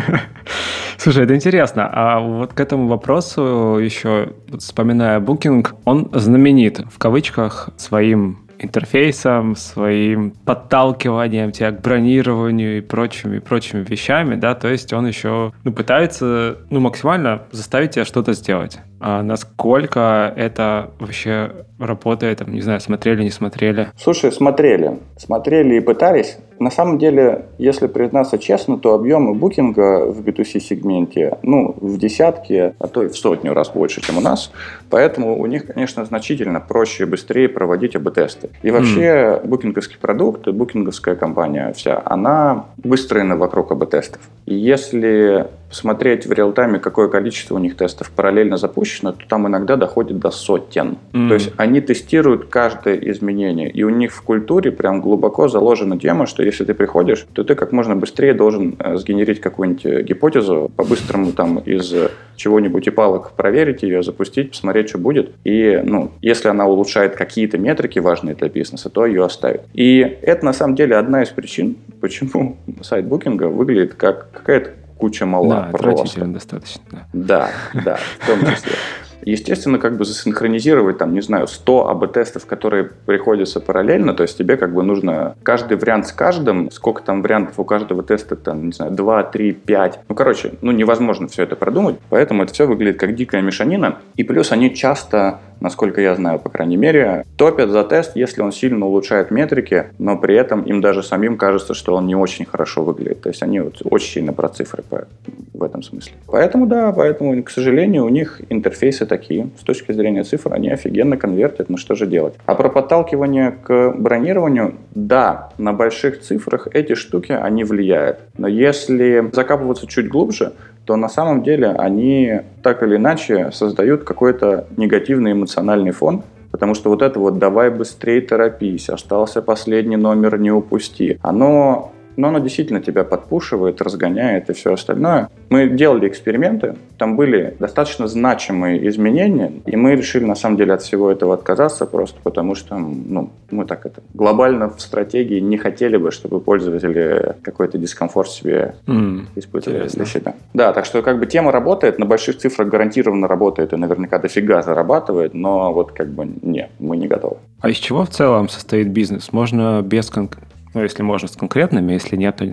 Слушай, это интересно. А вот к этому вопросу еще, вспоминая Booking, он знаменит, в кавычках, своим интерфейсом, своим подталкиванием тебя к бронированию и прочими, прочими вещами, да, то есть он еще ну, пытается ну, максимально заставить тебя что-то сделать. А насколько это вообще работает, там, не знаю, смотрели, не смотрели? Слушай, смотрели. Смотрели и пытались. На самом деле, если признаться честно, то объемы букинга в би ту си-сегменте, ну, в десятки, а то и в сотню раз больше, чем у нас. Поэтому у них, конечно, значительно проще и быстрее проводить эй би-тесты. И вообще, mm. букинговский продукт, букинговская компания вся, она выстроена вокруг эй би-тестов. И если посмотреть в реал-тайме, какое количество у них тестов параллельно запущено, то там иногда доходит до сотен. Mm. То есть они тестируют каждое изменение. И у них в культуре прям глубоко заложена тема, что если ты приходишь, то ты как можно быстрее должен сгенерить какую-нибудь гипотезу, по-быстрому там из чего-нибудь и палок проверить ее, запустить, посмотреть, что будет. И ну, если она улучшает какие-то метрики важные для бизнеса, то ее оставит. И это на самом деле одна из причин, почему сайт букинга выглядит как какая-то куча мала. Да, отвратительно достаточно. Да, да, да, в том числе. Естественно, как бы засинхронизировать, там, не знаю, сто эй би-тестов, которые приходятся параллельно, то есть тебе как бы нужно каждый вариант с каждым, сколько там вариантов у каждого теста, там, не знаю, два, три, пять. Ну, короче, ну, невозможно все это продумать, поэтому это все выглядит как дикая мешанина. И плюс они часто, насколько я знаю, по крайней мере, топят за тест, если он сильно улучшает метрики, но при этом им даже самим кажется, что он не очень хорошо выглядит. То есть они вот очень сильно про цифры по, в этом смысле. Поэтому, да, поэтому, к сожалению, у них интерфейсы такие. С точки зрения цифр они офигенно конвертят, но что же делать? А про подталкивание к бронированию, да, на больших цифрах эти штуки, они влияют. Но если закапываться чуть глубже, то на самом деле они так или иначе создают какой-то негативный эмоциональный фон, потому что вот это вот «давай быстрее торопись», «остался последний номер, не упусти», оно... Но оно действительно тебя подпушивает, разгоняет и все остальное. Мы делали эксперименты, там были достаточно значимые изменения, и мы решили на самом деле от всего этого отказаться просто потому, что ну, мы так это глобально в стратегии не хотели бы, чтобы пользователи какой-то дискомфорт себе mm, испытывали для себя. Да, так что как бы тема работает, на больших цифрах гарантированно работает и наверняка дофига зарабатывает, но вот как бы нет, мы не готовы. А из чего в целом состоит бизнес? Можно без конкретных? Ну, если можно с конкретными, если нет, то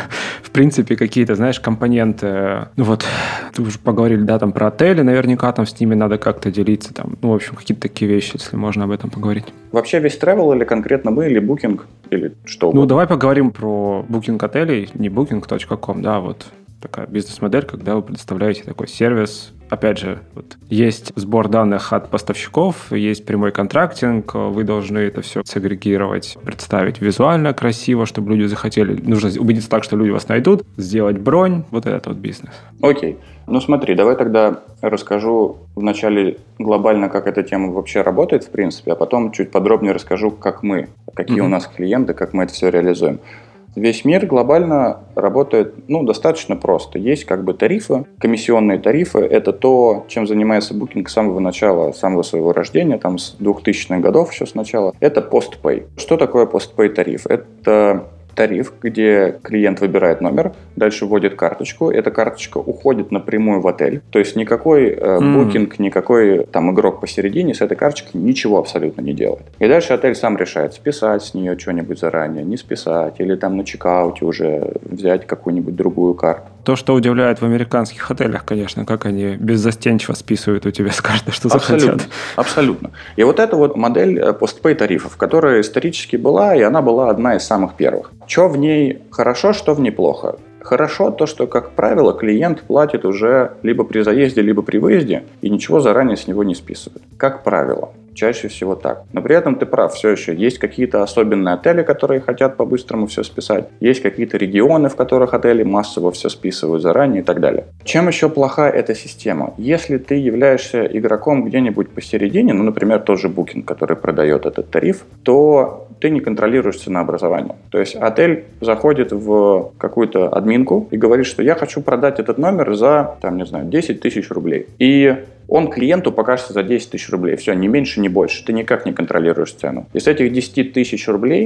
в принципе какие-то, знаешь, компоненты. Ну вот, ты уже поговорили, да, там про отели, наверняка там с ними надо как-то делиться, там, ну, в общем, какие-то такие вещи, если можно об этом поговорить. Вообще весь travel или конкретно мы, или Booking, или что угодно? Ну, давай поговорим про Booking отелей, не букинг точка ком, да, вот такая бизнес-модель, когда вы предоставляете такой сервис. Опять же, вот есть сбор данных от поставщиков, есть прямой контрактинг, вы должны это все сегрегировать, представить визуально красиво, чтобы люди захотели. Нужно убедиться так, что люди вас найдут, сделать бронь, вот этот вот бизнес. Окей. Ну смотри, давай тогда расскажу вначале глобально, как эта тема вообще работает, в принципе, а потом чуть подробнее расскажу, как мы, какие mm-hmm. у нас клиенты, как мы это все реализуем. Весь мир глобально работает, ну, достаточно просто. Есть как бы тарифы, комиссионные тарифы. Это то, чем занимается Booking с самого начала, с самого своего рождения, там с двухтысячных годов еще сначала. Это постпей. Что такое постпей тариф? Это тариф, где клиент выбирает номер, дальше вводит карточку, эта карточка уходит напрямую в отель, то есть никакой э, букинг, mm. никакой там игрок посередине с этой карточкой ничего абсолютно не делает. И дальше отель сам решает, списать с нее что-нибудь заранее, не списать, или там на чекауте уже взять какую-нибудь другую карту. То, что удивляет в американских отелях, конечно, как они беззастенчиво списывают у тебя с карты, что абсолютно, захотят. Абсолютно. И вот это вот модель постпей тарифов, которая исторически была, и она была одна из самых первых. Что в ней хорошо, что в ней плохо? Хорошо то, что, как правило, клиент платит уже либо при заезде, либо при выезде, и ничего заранее с него не списывают. Как правило. Чаще всего так. Но при этом ты прав, все еще есть какие-то особенные отели, которые хотят по-быстрому все списать. Есть какие-то регионы, в которых отели массово все списывают заранее и так далее. Чем еще плоха эта система? Если ты являешься игроком где-нибудь посередине, ну, например, тот же Booking, который продает этот тариф, то ты не контролируешь ценообразование. То есть отель заходит в какую-то админку и говорит, что я хочу продать этот номер за, там, не знаю, десять тысяч рублей. И он клиенту покажется за десять тысяч рублей. Все, ни меньше, ни больше. Ты никак не контролируешь цену. Из этих десять тысяч рублей ты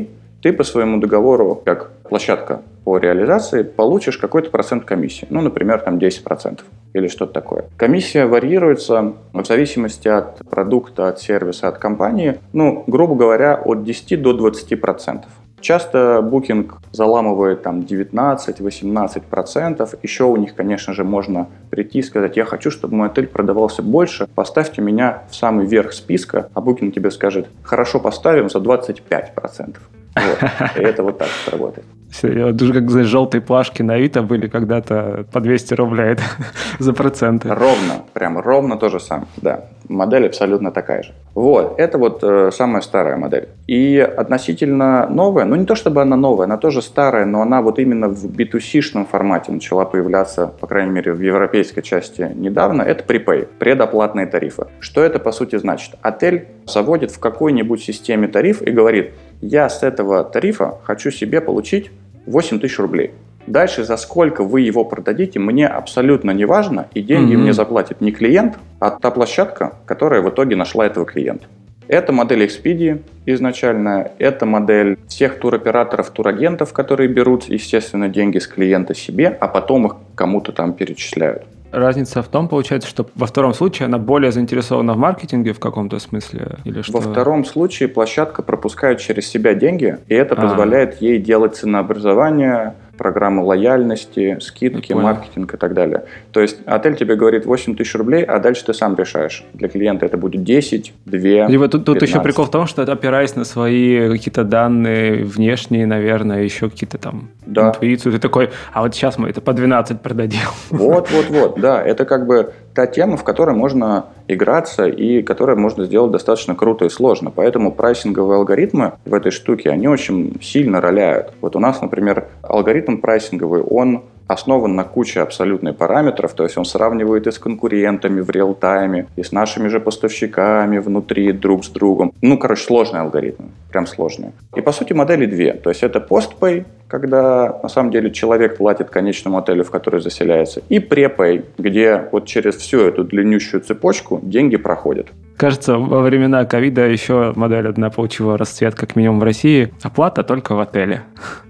ты по своему договору, как площадка по реализации, получишь какой-то процент комиссии. Ну, например, там десять процентов или что-то такое. Комиссия варьируется в зависимости от продукта, от сервиса, от компании, ну, грубо говоря, от десяти до двадцати процентов. Часто Booking заламывает там девятнадцать-восемнадцать процентов. Еще у них, конечно же, можно прийти и сказать: я хочу, чтобы мой отель продавался больше, поставьте меня в самый верх списка, а Booking тебе скажет: хорошо, поставим за двадцать пять процентов. Вот. И это вот так вот работает. Даже как, знаешь, желтые плашки на Авито были когда-то по двести рублей за проценты. Ровно, прям ровно то же самое, да. Модель абсолютно такая же. Вот, это вот э, самая старая модель. И относительно новая, ну не то чтобы она новая, она тоже старая, но она вот именно в би ту си-шном формате начала появляться, по крайней мере, в европейской части недавно, это припей, предоплатные тарифы. Что это по сути значит? Отель заводит в какой-нибудь системе тариф и говорит: я с этого тарифа хочу себе получить восемь тысяч рублей. Дальше, за сколько вы его продадите, мне абсолютно не важно, и деньги mm-hmm. мне заплатит не клиент, а та площадка, которая в итоге нашла этого клиента. Это модель Expedia изначально, это модель всех туроператоров, турагентов, которые берут, естественно, деньги с клиента себе, а потом их кому-то там перечисляют. Разница в том, получается, что во втором случае она более заинтересована в маркетинге в каком-то смысле? Или что? Во втором случае площадка пропускает через себя деньги, и это А-а-а. позволяет ей делать ценообразование, программы лояльности, скидки, маркетинг и так далее. То есть отель тебе говорит восемь тысяч рублей, а дальше ты сам решаешь. Для клиента это будет десять, два, Либо тут, тут еще прикол в том, что опираясь на свои какие-то данные внешние, наверное, еще какие-то там да. интуицию, ты такой: а вот сейчас мы это по двенадцать продадим. Вот, вот, вот, да. Это как бы та тема, в которой можно играться и которую можно сделать достаточно круто и сложно. Поэтому прайсинговые алгоритмы в этой штуке, они очень сильно роляют. Вот у нас, например, алгоритм прайсинговый, он основан на куче абсолютных параметров, то есть он сравнивает и с конкурентами в реал-тайме, и с нашими же поставщиками внутри друг с другом. Ну, короче, сложный алгоритм, прям сложный. И, по сути, модели две. То есть это постпэй, когда на самом деле человек платит конечному отелю, в который заселяется, и препэй, где вот через всю эту длиннющую цепочку деньги проходят. Кажется, во времена ковида еще модель одна получила расцвет, как минимум в России. Оплата только в отеле.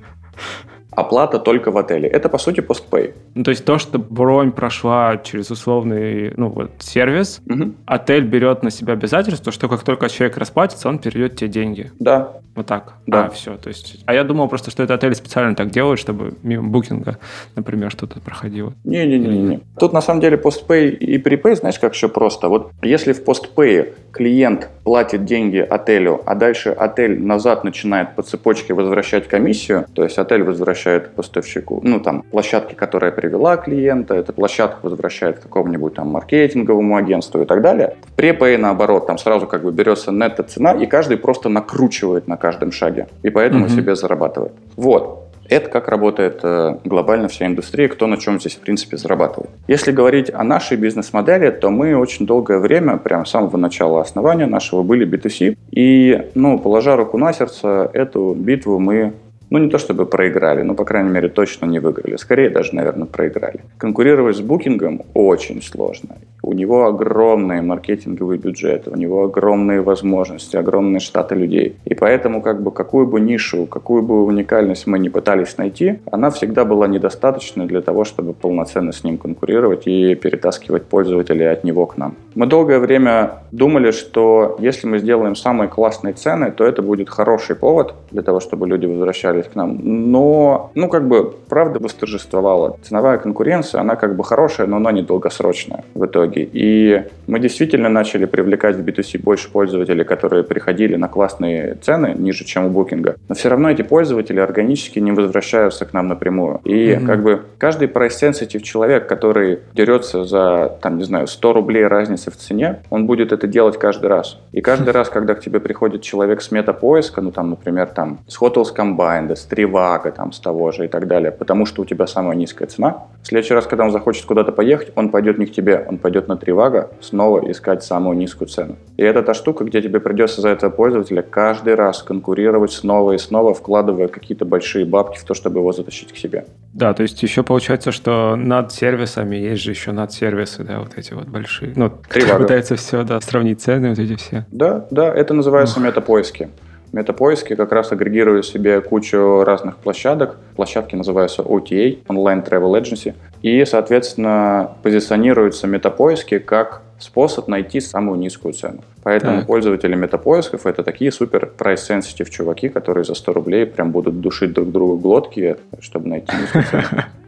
Оплата только в отеле. Это, по сути, постпэй. Ну, то есть то, что бронь прошла через условный ну, вот, сервис, угу. отель берет на себя обязательство, что как только человек расплатится, он переведет тебе деньги. Да. Вот так? Да. А, все. То есть... А я думал просто, что это отель специально так делает, чтобы мимо букинга, например, что-то проходило. Не-не-не. Тут, на самом деле, постпэй и припэй, знаешь, как еще просто. Вот если в постпэе клиент платит деньги отелю, а дальше отель назад начинает по цепочке возвращать комиссию, то есть отель возвращает поставщику, ну, там, площадке, которая привела клиента, эта площадка возвращает какому-нибудь там маркетинговому агентству и так далее. В препэй, наоборот, там сразу как бы берется нетто-цена, и каждый просто накручивает на каждом шаге, и поэтому mm-hmm. себе зарабатывает. Вот. Это как работает э, глобально вся индустрия, кто на чем здесь, в принципе, зарабатывает. Если говорить о нашей бизнес-модели, то мы очень долгое время, прямо с самого начала основания нашего, были би ту си. И, ну, положа руку на сердце, эту битву мы, ну, не то чтобы проиграли, но, по крайней мере, точно не выиграли. Скорее даже, наверное, проиграли. Конкурировать с Booking очень сложно. У него огромные маркетинговые бюджеты, у него огромные возможности, огромные штаты людей. И поэтому, как бы, какую бы нишу, какую бы уникальность мы ни пытались найти, она всегда была недостаточной для того, чтобы полноценно с ним конкурировать и перетаскивать пользователей от него к нам. Мы долгое время думали, что если мы сделаем самые классные цены, то это будет хороший повод для того, чтобы люди возвращались к нам. Но, ну, как бы, правда восторжествовала. Ценовая конкуренция, она как бы хорошая, но она недолгосрочная в итоге. И мы действительно начали привлекать в би ту си больше пользователей, которые приходили на классные цены, ниже, чем у Booking. Но все равно эти пользователи органически не возвращаются к нам напрямую. И mm-hmm. как бы каждый price-sensitive человек, который дерется за, там, не знаю, сто рублей разницы в цене, он будет это делать каждый раз. И каждый раз, когда к тебе приходит человек с метапоиска, ну там, например, там, с Hotels Combined, с Trivago, там, с того же и так далее, потому что у тебя самая низкая цена, в следующий раз, когда он захочет куда-то поехать, он пойдет не к тебе, он пойдет на Trivago снова искать самую низкую цену. И это та штука, где тебе придется за этого пользователя каждый раз конкурировать снова и снова, вкладывая какие-то большие бабки в то, чтобы его затащить к себе. Да, то есть еще получается, что над сервисами есть же еще надсервисы, да, вот эти вот большие. Ну, пытаются все, да, сравнить цены, вот эти все. Да, да, это называется метапоиски. Метапоиски как раз агрегируют в себе кучу разных площадок. Площадки называются о ти эй, Online Travel Agency. И, соответственно, позиционируются метапоиски как способ найти самую низкую цену. Поэтому так. пользователи метапоисков — это такие супер price-sensitive чуваки, которые за сто рублей прям будут душить друг другу глотки, чтобы найти низкую цену.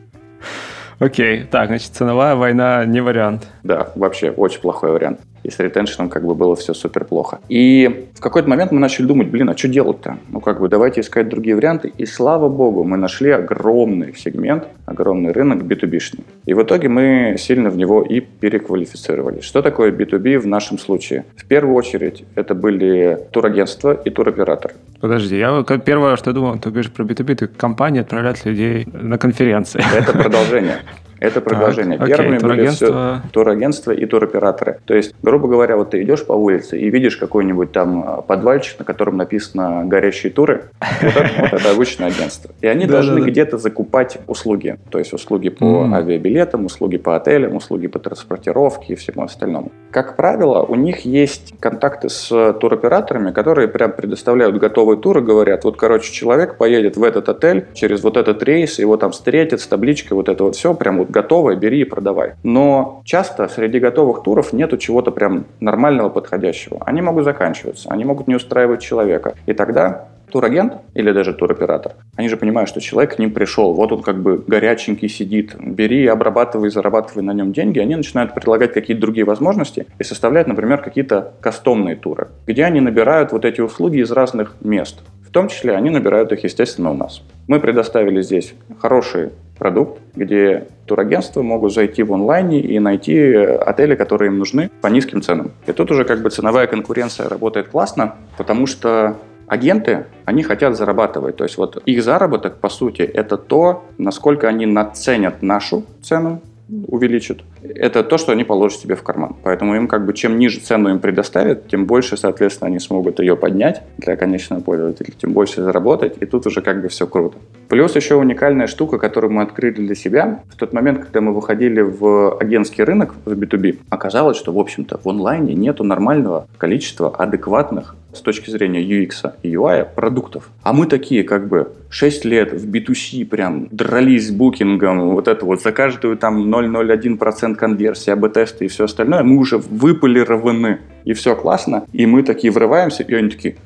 Окей, так, значит, ценовая война не вариант. Да, вообще очень плохой вариант. И с ретеншеном как бы было все супер плохо. И в какой-то момент мы начали думать, блин, а что делать-то? Ну как бы давайте искать другие варианты. И слава богу, мы нашли огромный сегмент, огромный рынок би ту би-шный. И в итоге мы сильно в него и переквалифицировались. Что такое би ту би в нашем случае? В первую очередь это были турагентства и туроператоры. Подожди, я первое, что я думал, ты говоришь про би ту би, ты компания отправляет людей на конференции. Это продолжение. Это продолжение. Так, Первыми окей, были все турагентства и туроператоры. То есть, грубо говоря, вот ты идешь по улице и видишь какой-нибудь там подвальчик, на котором написано «горящие туры». Вот это, вот это обычное агентство. И они должны где-то закупать услуги. То есть, услуги по авиабилетам, услуги по отелям, услуги по транспортировке и всему остальному. Как правило, у них есть контакты с туроператорами, которые прям предоставляют готовые туры, говорят, вот, короче, человек поедет в этот отель через вот этот рейс, его там встретят с табличкой, вот это вот все, прям вот готовое, бери и продавай. Но часто среди готовых туров нету чего-то прям нормального, подходящего. Они могут заканчиваться, они могут не устраивать человека. И тогда турагент или даже туроператор, они же понимают, что человек к ним пришел, вот он как бы горяченький сидит, бери, обрабатывай, зарабатывай на нем деньги. Они начинают предлагать какие-то другие возможности и составляют, например, какие-то кастомные туры, где они набирают вот эти услуги из разных мест. В том числе они набирают их, естественно, у нас. Мы предоставили здесь хороший продукт, где турагентства могут зайти в онлайне и найти отели, которые им нужны по низким ценам. И тут уже как бы ценовая конкуренция работает классно, потому что агенты, они хотят зарабатывать. То есть вот их заработок, по сути, это то, насколько они наценят нашу цену, увеличат. Это то, что они положат себе в карман. Поэтому им как бы чем ниже цену им предоставят, тем больше, соответственно, они смогут ее поднять для конечного пользователя, тем больше заработать, и тут уже как бы все круто. Плюс еще уникальная штука, которую мы открыли для себя. В тот момент, когда мы выходили в агентский рынок, в би ту би, оказалось, что, в общем-то, в онлайне нету нормального количества адекватных с точки зрения ю экс и ю ай продуктов. А мы такие как бы шесть лет в би ту си прям дрались с букингом, вот это вот за каждую там ноль целых ноль один процент конверсии, эй би тесты и все остальное, мы уже выполированы. И все классно. И мы такие врываемся, и они такие: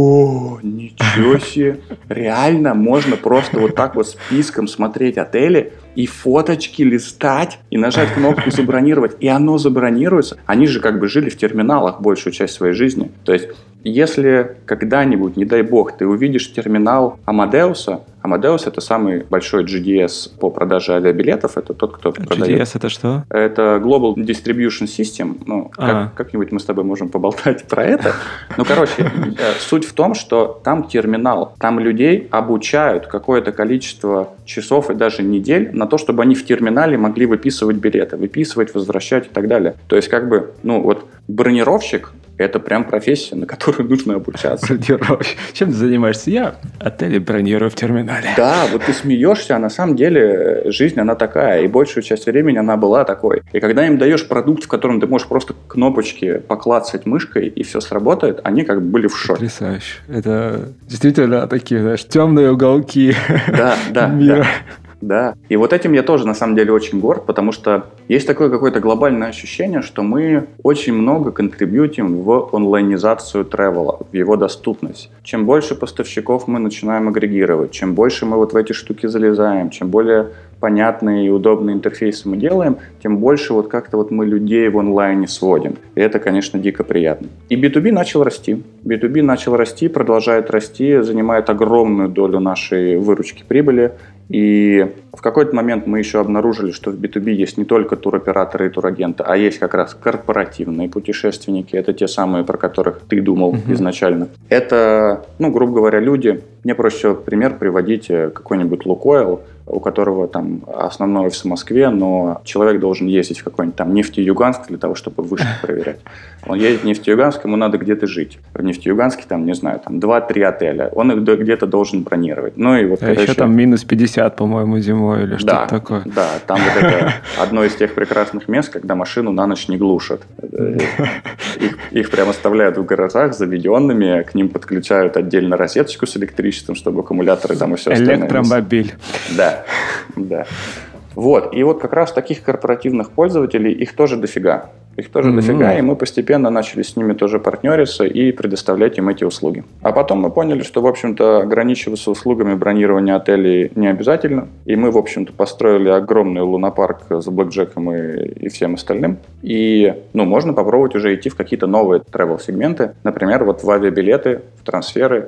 о, ничего себе. Реально можно просто вот так вот списком смотреть отели и фоточки листать, и нажать кнопку «Забронировать», и оно забронируется. Они же как бы жили в терминалах большую часть своей жизни. То есть, если когда-нибудь, не дай бог, ты увидишь терминал Амадеуса, Amadeus — это самый большой джи ди эс по продаже авиабилетов. Это тот, кто продает. джи ди эс — это что? Это Global Distribution System. Ну, как, как-нибудь мы с тобой можем поболтать про это. Ну, короче, суть в том, что там терминал. Там людей обучают какое-то количество часов и даже недель на то, чтобы они в терминале могли выписывать билеты, выписывать, возвращать и так далее. То есть, как бы, ну, вот бронировщик — это прям профессия, на которую нужно обучаться. Бронировщик. Чем ты занимаешься? Я отели бронирую в терминале. Да, вот ты смеешься, а на самом деле жизнь, она такая. И большую часть времени она была такой. И когда им даешь продукт, в котором ты можешь просто кнопочки поклацать мышкой, и все сработает, они как бы были в шоке. Потрясающе. Это действительно такие, знаешь, темные уголки да, да, мира. Да. Да, и вот этим я тоже на самом деле очень горд, потому что есть такое какое-то глобальное ощущение, что мы очень много контрибьютим в онлайнизацию тревела, в его доступность. Чем больше поставщиков мы начинаем агрегировать, чем больше мы вот в эти штуки залезаем, чем более понятные и удобные интерфейсы мы делаем, тем больше вот как-то вот мы людей в онлайне сводим. И это, конечно, дико приятно. И би ту би начал расти. би ту би начал расти, продолжает расти, занимает огромную долю нашей выручки прибыли. И в какой-то момент мы еще обнаружили, что в би ту би есть не только туроператоры и турагенты, а есть как раз корпоративные путешественники. Это те самые, про которых ты думал uh-huh. изначально. Это, ну, грубо говоря, люди. Мне проще пример приводить какой-нибудь Лукойл. у которого там основной офис в Москве, но человек должен ездить в какой-нибудь там Нефтеюганск для того, чтобы вышки проверять. Он едет в Нефтеюганск, ему надо где-то жить. В Нефтеюганске там, не знаю, там два-три отеля. Он их где-то должен бронировать. Ну и вот, а короче, еще там минус пятьдесят, по-моему, зимой или что-то да, такое. Да, там вот это одно из тех прекрасных мест, когда машину на ночь не глушат. Их, их прям оставляют в гаражах заведенными, к ним подключают отдельно розеточку с электричеством, чтобы аккумуляторы там и все остальное. Электромобиль. Да, да. Вот, и вот как раз таких корпоративных пользователей, их тоже дофига. Их тоже mm-hmm. дофига, и мы постепенно начали с ними тоже партнериться и предоставлять им эти услуги. А потом мы поняли, что, в общем-то, ограничиваться услугами бронирования отелей не обязательно. И мы, в общем-то, построили огромный лунопарк с блэкджеком и, и всем остальным. И, ну, можно попробовать уже идти в какие-то новые travel-сегменты. Например, вот в авиабилеты, в трансферы.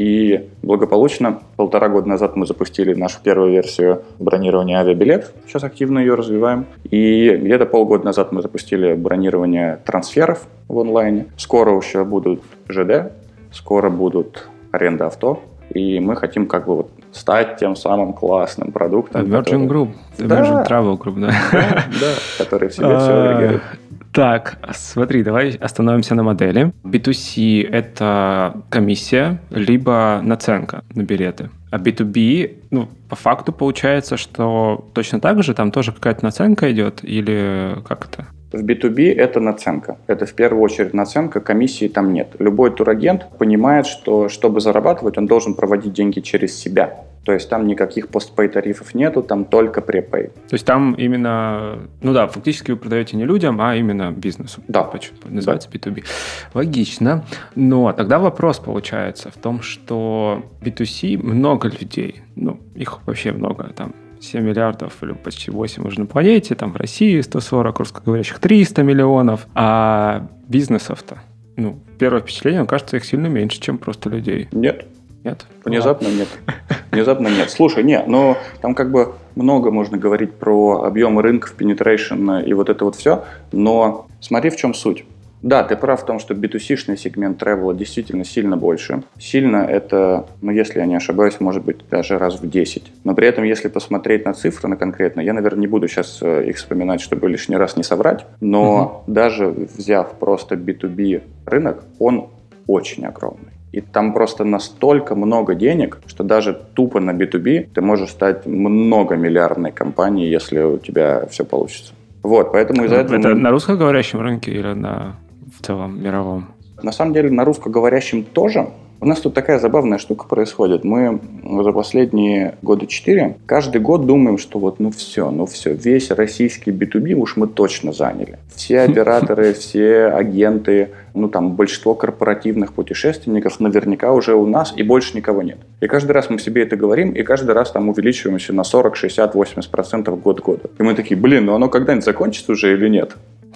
И благополучно полтора года назад мы запустили нашу первую версию бронирования авиабилетов. Сейчас активно ее развиваем. И где-то полгода назад мы запустили бронирование трансферов в онлайне. Скоро еще будут ЖД, скоро будут аренда авто. И мы хотим как бы вот стать тем самым классным продуктом. Virgin который... Group, да. Virgin Travel Group, да. Да, да, который в себе все агрегирует. Так, смотри, давай остановимся на модели. би ту си – это комиссия, либо наценка на билеты. А би ту би, ну, по факту получается, что точно так же, там тоже какая-то наценка идет, или как это? В би ту би это наценка. Это в первую очередь наценка, комиссии там нет. Любой турагент понимает, что чтобы зарабатывать, он должен проводить деньги через себя. То есть там никаких постпей тарифов нету, там только препей. То есть там именно, ну да, фактически вы продаете не людям, а именно бизнесу. Да. Называется би ту би. Логично. Но тогда вопрос получается в том, что би ту си много людей, ну их вообще много, там семь миллиардов или почти восемь уже на планете, там в России сто сорок, русскоговорящих триста миллионов, а бизнесов-то, ну, первое впечатление, кажется, их сильно меньше, чем просто людей. Нет. Нет? Внезапно нет. Внезапно нет. Слушай, нет, но там как бы много можно говорить про объемы рынков, penetration и вот это вот все, но смотри, в чем суть. Да, ты прав в том, что би ту си-шный сегмент тревела действительно сильно больше. Сильно это, ну, если я не ошибаюсь, может быть даже раз в десять. Но при этом, если посмотреть на цифры, на конкретно, я, наверное, не буду сейчас их вспоминать, чтобы лишний раз не соврать, но угу. даже взяв просто би ту би рынок, он очень огромный. И там просто настолько много денег, что даже тупо на би ту би ты можешь стать многомиллиардной компанией, если у тебя все получится. Вот, поэтому из-за этого... Это мы... на русскоговорящем рынке или на в целом мировом? На самом деле на русскоговорящем тоже. У нас тут такая забавная штука происходит. Мы за последние года четыре каждый год думаем, что вот ну все, ну все, весь российский би ту би уж мы точно заняли. Все операторы, все агенты, ну там большинство корпоративных путешественников наверняка уже у нас, и больше никого нет. И каждый раз мы себе это говорим, и каждый раз там увеличиваемся на сорок, шестьдесят, восемьдесят процентов год года. И мы такие, блин, ну оно когда-нибудь закончится уже или нет?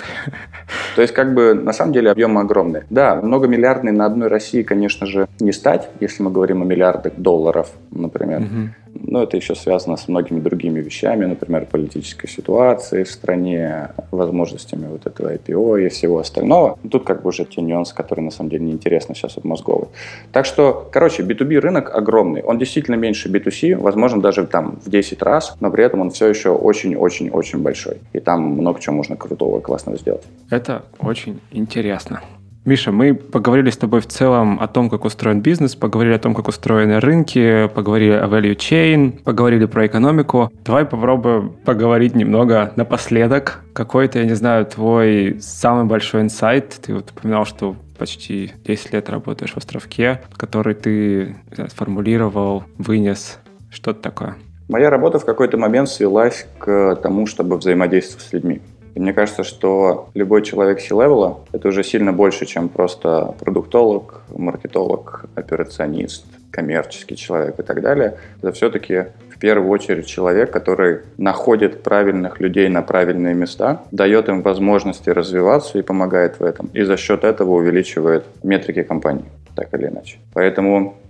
То есть, как бы, на самом деле, объемы огромные. Да, многомиллиардный на одной России, конечно же, не стать, если мы говорим о миллиардах долларов, например. Mm-hmm. Но это еще связано с многими другими вещами, например, политической ситуацией в стране, возможностями вот этого ай пи о и всего остального. Тут как бы уже те нюансы, которые на самом деле неинтересны сейчас от мозговой. Так что, короче, би ту би рынок огромный. Он действительно меньше би ту си, возможно, даже там в десять раз, но при этом он все еще очень-очень-очень большой. И там много чего можно крутого и классного сделать. Это очень интересно. Миша, мы поговорили с тобой в целом о том, как устроен бизнес, поговорили о том, как устроены рынки, поговорили о value chain, поговорили про экономику. Давай попробуем поговорить немного напоследок. Какой-то, я не знаю, твой самый большой инсайт. Ты вот упоминал, что почти десять лет работаешь в Островке, который ты, не знаю, сформулировал, вынес. Что-то такое. Моя работа в какой-то момент свелась к тому, чтобы взаимодействовать с людьми. И мне кажется, что любой человек C-левела – это уже сильно больше, чем просто продуктолог, маркетолог, операционист, коммерческий человек и так далее. Это все-таки в первую очередь человек, который находит правильных людей на правильные места, дает им возможности развиваться и помогает в этом. И за счет этого увеличивает метрики компании, так или иначе. Поэтому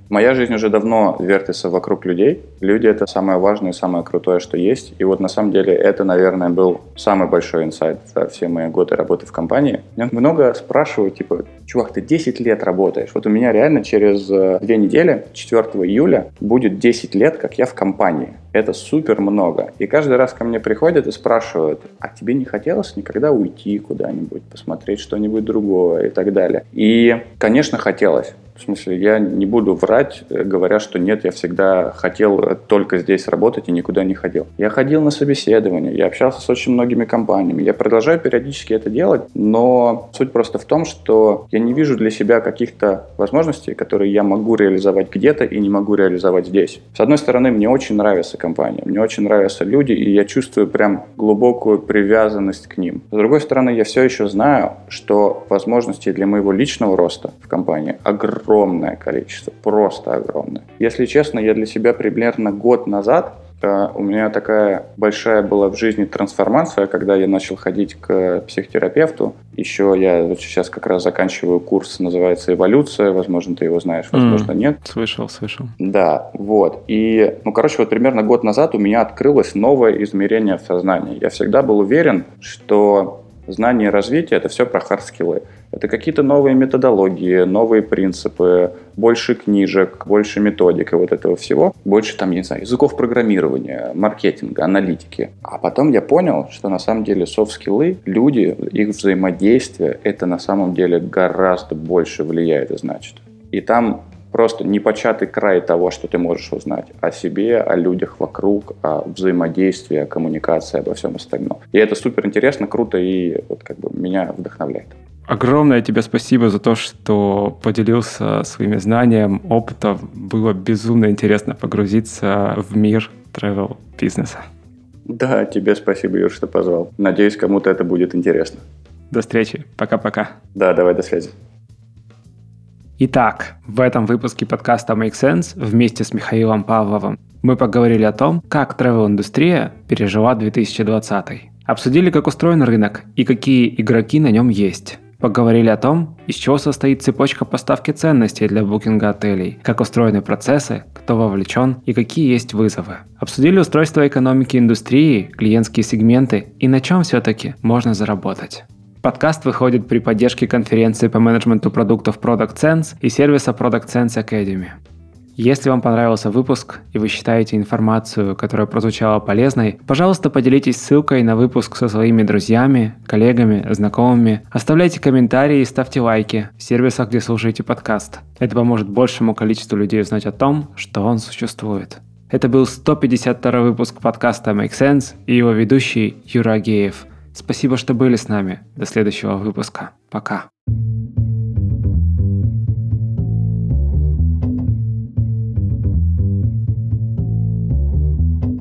Моя жизнь уже давно вертится вокруг людей. Люди — это самое важное, самое крутое, что есть. И вот на самом деле это, наверное, был самый большой инсайт за все мои годы работы в компании. Меня много спрашивают, типа, чувак, ты десять лет работаешь. Вот у меня реально через две недели, четвёртого июля, будет десять лет, как я в компании. Это супер много. И каждый раз ко мне приходят и спрашивают, а тебе не хотелось никогда уйти куда-нибудь, посмотреть что-нибудь другое и так далее? И, конечно, хотелось. В смысле, я не буду врать, говоря, что нет, я всегда хотел только здесь работать и никуда не ходил. Я ходил на собеседования, я общался с очень многими компаниями. Я продолжаю периодически это делать, но суть просто в том, что я не вижу для себя каких-то возможностей, которые я могу реализовать где-то и не могу реализовать здесь. С одной стороны, мне очень нравится компания, мне очень нравятся люди, и я чувствую прям глубокую привязанность к ним. С другой стороны, я все еще знаю, что возможностей для моего личного роста в компании огромные. Огромное количество, просто огромное. Если честно, я для себя примерно год назад, э, у меня такая большая была в жизни трансформация, когда я начал ходить к психотерапевту. Еще я вот сейчас как раз заканчиваю курс, называется «Эволюция». Возможно, ты его знаешь, возможно, mm, нет. Слышал, слышал. Да, вот. И, ну, короче, вот примерно год назад у меня открылось новое измерение в сознании. Я всегда был уверен, что знание и развитие – это все про хардскиллы. Это какие-то новые методологии, новые принципы, больше книжек, больше методик и вот этого всего. Больше там, я не знаю, языков программирования, маркетинга, аналитики. А потом я понял, что на самом деле софт-скиллы, люди, их взаимодействие, это на самом деле гораздо больше влияет и значит. И там просто непочатый край того, что ты можешь узнать о себе, о людях вокруг, о взаимодействии, о коммуникации, обо всем остальном. И это супер интересно, круто и вот как бы меня вдохновляет. Огромное тебе спасибо за то, что поделился своими знаниями, опытом. Было безумно интересно погрузиться в мир travel-бизнеса. Да, тебе спасибо, Юр, что позвал. Надеюсь, кому-то это будет интересно. До встречи. Пока-пока. Да, давай, до связи. Итак, в этом выпуске подкаста Make Sense вместе с Михаилом Павловым мы поговорили о том, как travel-индустрия пережила две тысячи двадцатый. Обсудили, как устроен рынок и какие игроки на нем есть. Поговорили о том, из чего состоит цепочка поставки ценностей для букинга отелей, как устроены процессы, кто вовлечен и какие есть вызовы. Обсудили устройство экономики индустрии, клиентские сегменты и на чем все-таки можно заработать. Подкаст выходит при поддержке конференции по менеджменту продуктов Product Sense и сервиса Product Sense Academy. Если вам понравился выпуск и вы считаете информацию, которая прозвучала полезной, пожалуйста, поделитесь ссылкой на выпуск со своими друзьями, коллегами, знакомыми. Оставляйте комментарии и ставьте лайки в сервисах, где слушаете подкаст. Это поможет большему количеству людей узнать о том, что он существует. Это был сто пятьдесят второй выпуск подкаста Make Sense и его ведущий Юра Агеев. Спасибо, что были с нами. До следующего выпуска. Пока.